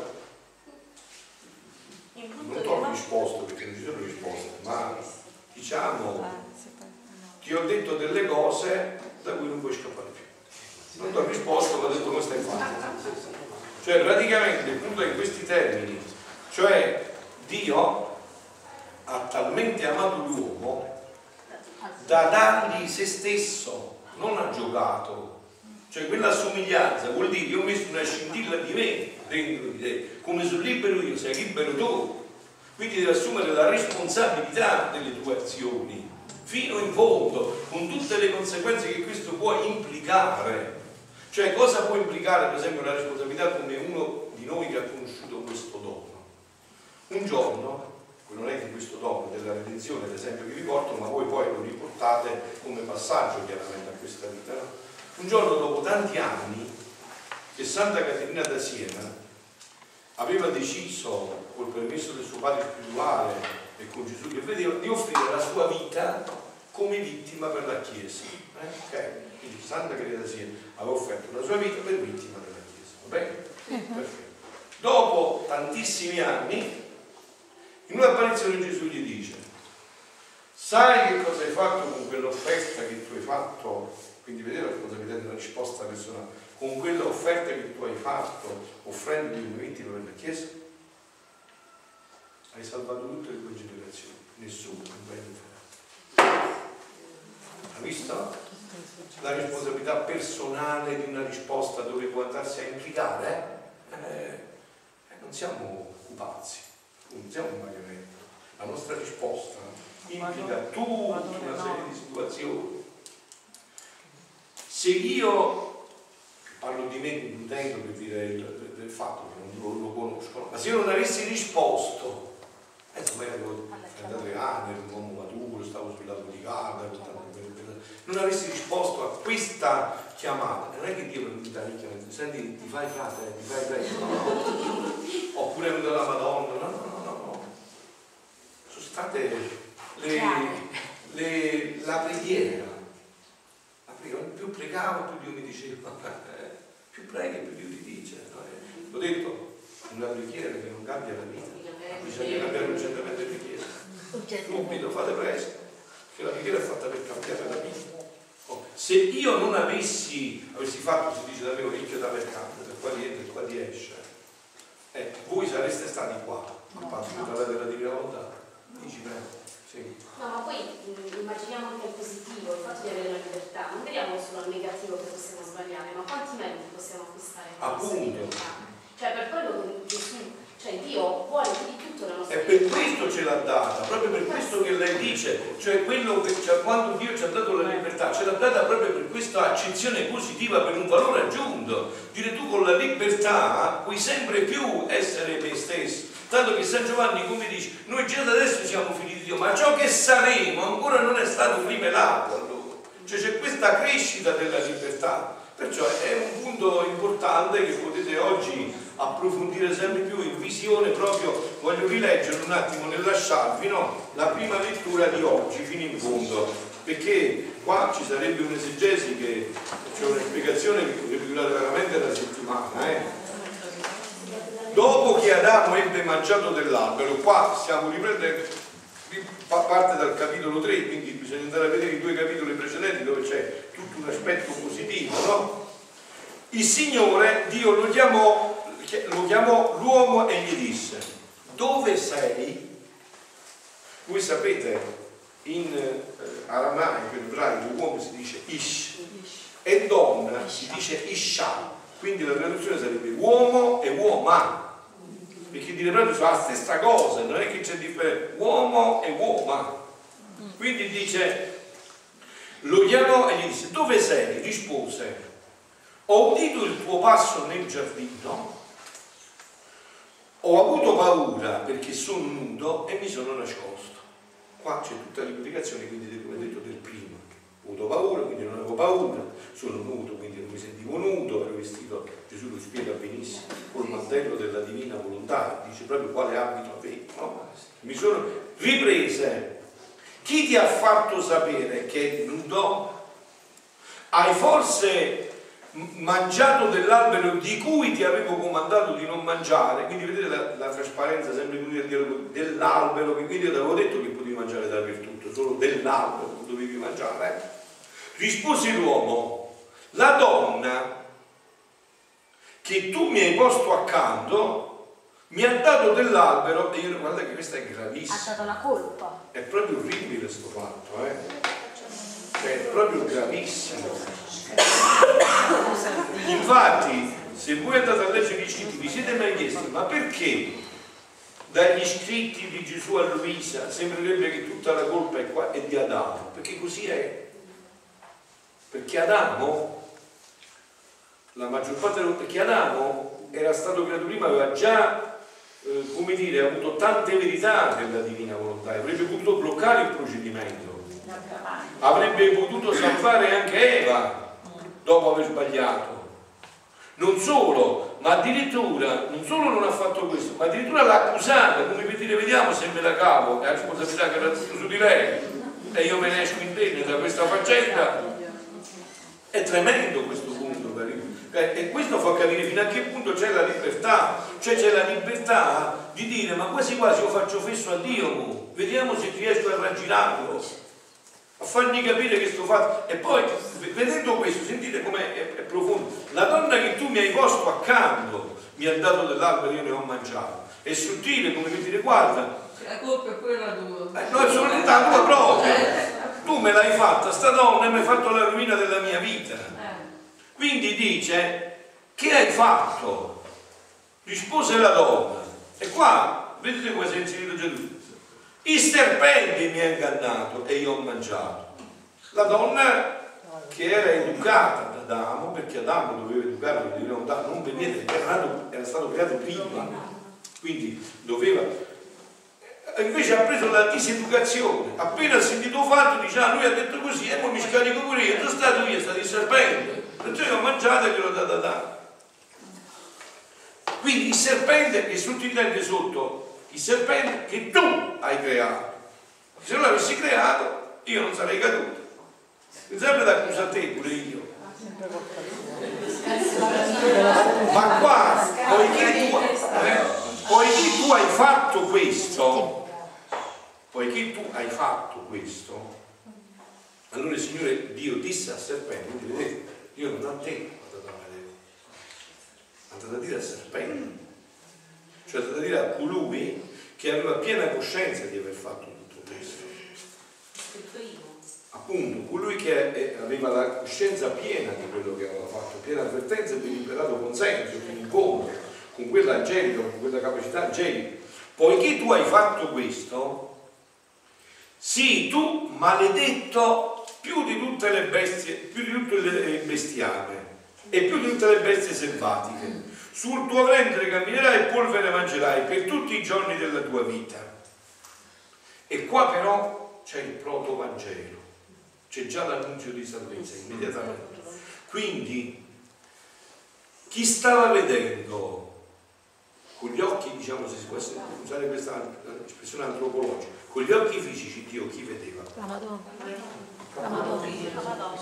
S1: non ti ho risposto perché non ci sono risposte, ma diciamo, ti ho detto delle cose da cui non puoi scappare più. Non ti ho risposto, ma ho detto come stai facendo. Cioè, praticamente, il punto è in questi termini, cioè Dio ha talmente amato l'uomo da dargli se stesso. Non ha giocato, cioè quella somiglianza vuol dire che io ho messo una scintilla di me dentro di te, come sono libero io, sei libero tu, quindi devi assumere la responsabilità delle tue azioni fino in fondo, con tutte le conseguenze che questo può implicare. Cioè cosa può implicare per esempio la responsabilità come uno di noi che ha conosciuto questo dono? Un giorno, non è che questo dono della redenzione, ad esempio, che vi porto, ma voi poi lo riportate come passaggio chiaramente a questa vita, no? Un giorno dopo tanti anni che Santa Caterina da Siena aveva deciso, col permesso del suo padre spirituale e con Gesù che vedeva, di offrire la sua vita come vittima per la Chiesa. Eh? Okay. Quindi Santa Caterina da Siena aveva offerto la sua vita per vittima della Chiesa. Va bene? Uh-huh. Perfetto. Dopo tantissimi anni, in un'apparizione Gesù gli dice: sai che cosa hai fatto con quell'offerta che tu hai fatto? Quindi vedete la responsabilità della risposta personale. Con quella offerta che tu hai fatto offrendo di come vittima per la Chiesa, hai salvato tutte le tue generazioni, nessuno non va in. Hai visto? La responsabilità personale di una risposta dove può andarsi a implicare, eh, non siamo pazzi. Non siamo un marionetta, la nostra risposta implica tutta una serie di situazioni. Se io parlo di me intendo per dire il, del fatto che non lo, lo conoscono, ma se io non avessi risposto, eh, insomma ero trentatré anni, ero un uomo maturo, stavo sul lato di casa, non avessi risposto a questa chiamata, non è che Dio mi dà chiamata, senti, ti fai frate, ti fai presto, no, no. Oppure è venuta la Madonna, no, no, no, no. Sono state le, le, la preghiera. La preghiera. Più pregavo, più Dio mi diceva, eh, più preghi, più Dio ti dice. No? L'ho detto, una preghiera che non cambia la vita, bisogna cambiare urgentemente le chiese. Subito, fate presto, che la preghiera è fatta per cambiare la vita. Oh, se io non avessi, avessi fatto, si dice da me, un ricchio da mercato, da qua rientra e qua di esce, eh, voi sareste stati qua, a parte di parlare della divina volontà. Dici bene? Sì.
S4: No, ma poi mh, immaginiamo anche il positivo, il fatto di avere la libertà, non vediamo solo al negativo che possiamo sbagliare, ma quanti meriti possiamo acquistare?
S1: Appunto.
S4: Cioè per quello che Gesù Cioè Dio vuole di tutto la nostra
S1: vita. E per questo ce l'ha data, proprio per questo che lei dice, cioè quello che cioè, quando Dio ci ha dato la libertà, ce l'ha data proprio per questa accezione positiva, per un valore aggiunto. Dire tu con la libertà puoi sempre più essere te stesso. Tanto che San Giovanni, come dice, noi già da adesso siamo figli di Dio, ma ciò che saremo ancora non è stato rivelato a loro. Cioè c'è questa crescita della libertà. Perciò è un punto importante che potete oggi approfondire sempre più in visione. Proprio voglio rileggere un attimo nel lasciarvi, no? La prima lettura di oggi fino in fondo, perché qua ci sarebbe un'esegesi che c'è una spiegazione che potrebbe durare veramente una settimana. Eh? Dopo che Adamo ebbe mangiato dell'albero, qua stiamo riprendendo, parte dal capitolo tre, quindi bisogna andare a vedere i due capitoli precedenti dove c'è tutto un aspetto positivo, no? Il Signore, Dio lo chiamò, lo chiamò l'uomo e gli disse: dove sei? Voi sapete, in eh, aramaico, in ebraico, uomo si dice ish e donna si dice isha, quindi la traduzione sarebbe uomo e uoma, perché dire proprio sono la stessa cosa, non è che c'è differenza, uomo e uoma. Quindi dice, lo chiamò e gli disse: dove sei? Rispose: ho udito il tuo passo nel giardino, ho avuto paura perché sono nudo e mi sono nascosto. Qua c'è tutta l'implicazione, quindi come detto, del primo. Ho avuto paura, quindi non avevo paura, sono nudo, quindi non mi sentivo nudo, ero vestito, Gesù lo spiega benissimo, col mantello della divina volontà, dice proprio quale abito avevo, no? Mi sono riprese. Chi ti ha fatto sapere che è nudo? Hai forse mangiato dell'albero di cui ti avevo comandato di non mangiare? Quindi vedete la, la trasparenza sempre nel dialogo dell'albero, che quindi io ti avevo detto che potevi mangiare dappertutto, solo dell'albero dovevi mangiare. Rispose l'uomo: la donna che tu mi hai posto accanto mi ha dato dell'albero, e io guarda che questa è gravissima,
S7: ha dato la colpa,
S1: è proprio orribile questo fatto, eh? Cioè, è proprio gravissimo. Infatti, se voi andate a leggere gli scritti, vi siete mai chiesti: ma perché dagli scritti di Gesù a Luisa sembrerebbe che tutta la colpa è, qua, è di Adamo? Perché così è. Perché Adamo, la maggior parte del perché Adamo era stato creato prima, aveva già, eh, come dire, avuto tante verità della divina volontà, avrebbe potuto bloccare il procedimento, avrebbe potuto salvare anche Eva dopo aver sbagliato. Non solo, ma addirittura, non solo non ha fatto questo, ma addirittura l'ha accusata, come per dire: vediamo se me la cavo, è la responsabilità che era su di lei e io me ne esco indenne da questa faccenda. È tremendo questo punto, e questo fa capire fino a che punto c'è la libertà, cioè c'è la libertà di dire: ma quasi quasi io faccio fesso a Dio, mo. Vediamo se riesco a raggirarlo, a fargli capire che sto fatto. E poi, vedendo questo, sentite com'è è, è profondo. La donna che tu mi hai posto accanto mi ha dato dell'albero, io ne ho mangiato. È sottile, come per dire: guarda,
S5: la colpa è quella tua.
S1: Eh, no, è soprattutto la tua proprio. Tu me l'hai fatta, sta donna, e mi hai fatto la rovina della mia vita. Quindi dice: che hai fatto? Rispose la donna. E qua, vedete come si è inserito Gesù. Il serpente mi ha ingannato e io ho mangiato. La donna che era educata da Adamo, perché Adamo doveva educare la divina volontà, non per niente, era, era stato creato prima, quindi doveva. Invece ha preso la diseducazione, appena ha sentito fatto dice: ah, lui ha detto così, e poi mi scarico pure io, sono stato io, è stato il serpente, perciò io ho mangiato e glielo dato da. Quindi il serpente, che sottintende sotto, il serpente che tu hai creato. Se non l'avessi creato io non sarei caduto, mi sempre da accusa a te pure io. Ma qua, poiché tu, eh, poiché tu hai fatto questo, poiché tu hai fatto questo, allora il Signore Dio disse al serpente: vedete, io non a te ho dato a Eva, è andato a dire al serpente, cioè è andato a dire a colui che aveva piena coscienza di aver fatto tutto questo. Appunto, colui che aveva la coscienza piena di quello che aveva fatto, piena avvertenza e deliberato consenso, quindi incontro con quella angelica, con quella capacità angelica. Poiché tu hai fatto questo, sii tu maledetto più di tutte le bestie, più di tutte le bestiame e più di tutte le bestie selvatiche. Sul tuo ventre camminerai e polvere mangerai per tutti i giorni della tua vita. E qua però c'è il proto-vangelo, c'è già l'annunzio di salvezza immediatamente. Quindi chi stava vedendo con gli occhi, diciamo, se si può usare questa espressione antropologica, con gli occhi fisici Dio chi vedeva?
S10: La Madonna.
S5: La Madonna. La Madonna.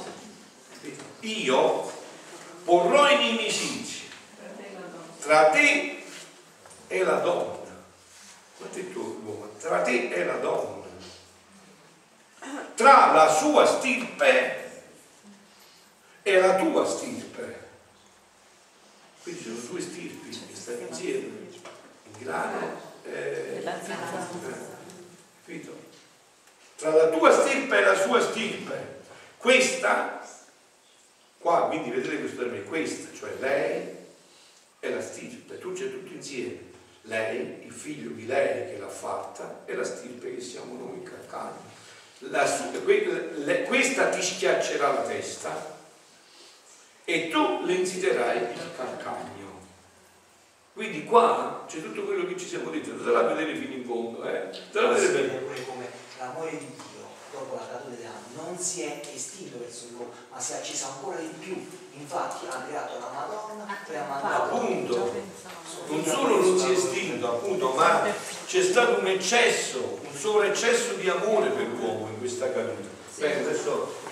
S1: Io porrò inimicizie tra te e la donna. Ma detto l'uomo, tra te e la donna, tra la sua stirpe e la tua stirpe. Quindi sono due stirpi che stanno insieme, il grano e la capito? Tra la tua stirpe e la sua stirpe. Questa qua, quindi vedete questo termine, questa, cioè lei e la stirpe, tu c'è tutto insieme. Lei, il figlio di lei che l'ha fatta, e la stirpe che siamo noi, il calcagno. La, que, le, questa ti schiaccerà la testa e tu le insiterai il calcagno. Quindi qua c'è tutto quello che ci siamo detti, andate a vedere fino in fondo, eh? Andate a vedere bene.
S3: Pure come l'amore di Dio dopo la caduta degli anni non si è estinto verso l'uomo, ma si è acceso ancora di più. Infatti ha creato la Madonna e ha mandato
S1: appunto, non solo non si è estinto, appunto, ma c'è stato un eccesso, un sovraeccesso di amore per l'uomo in questa caduta. Bene, adesso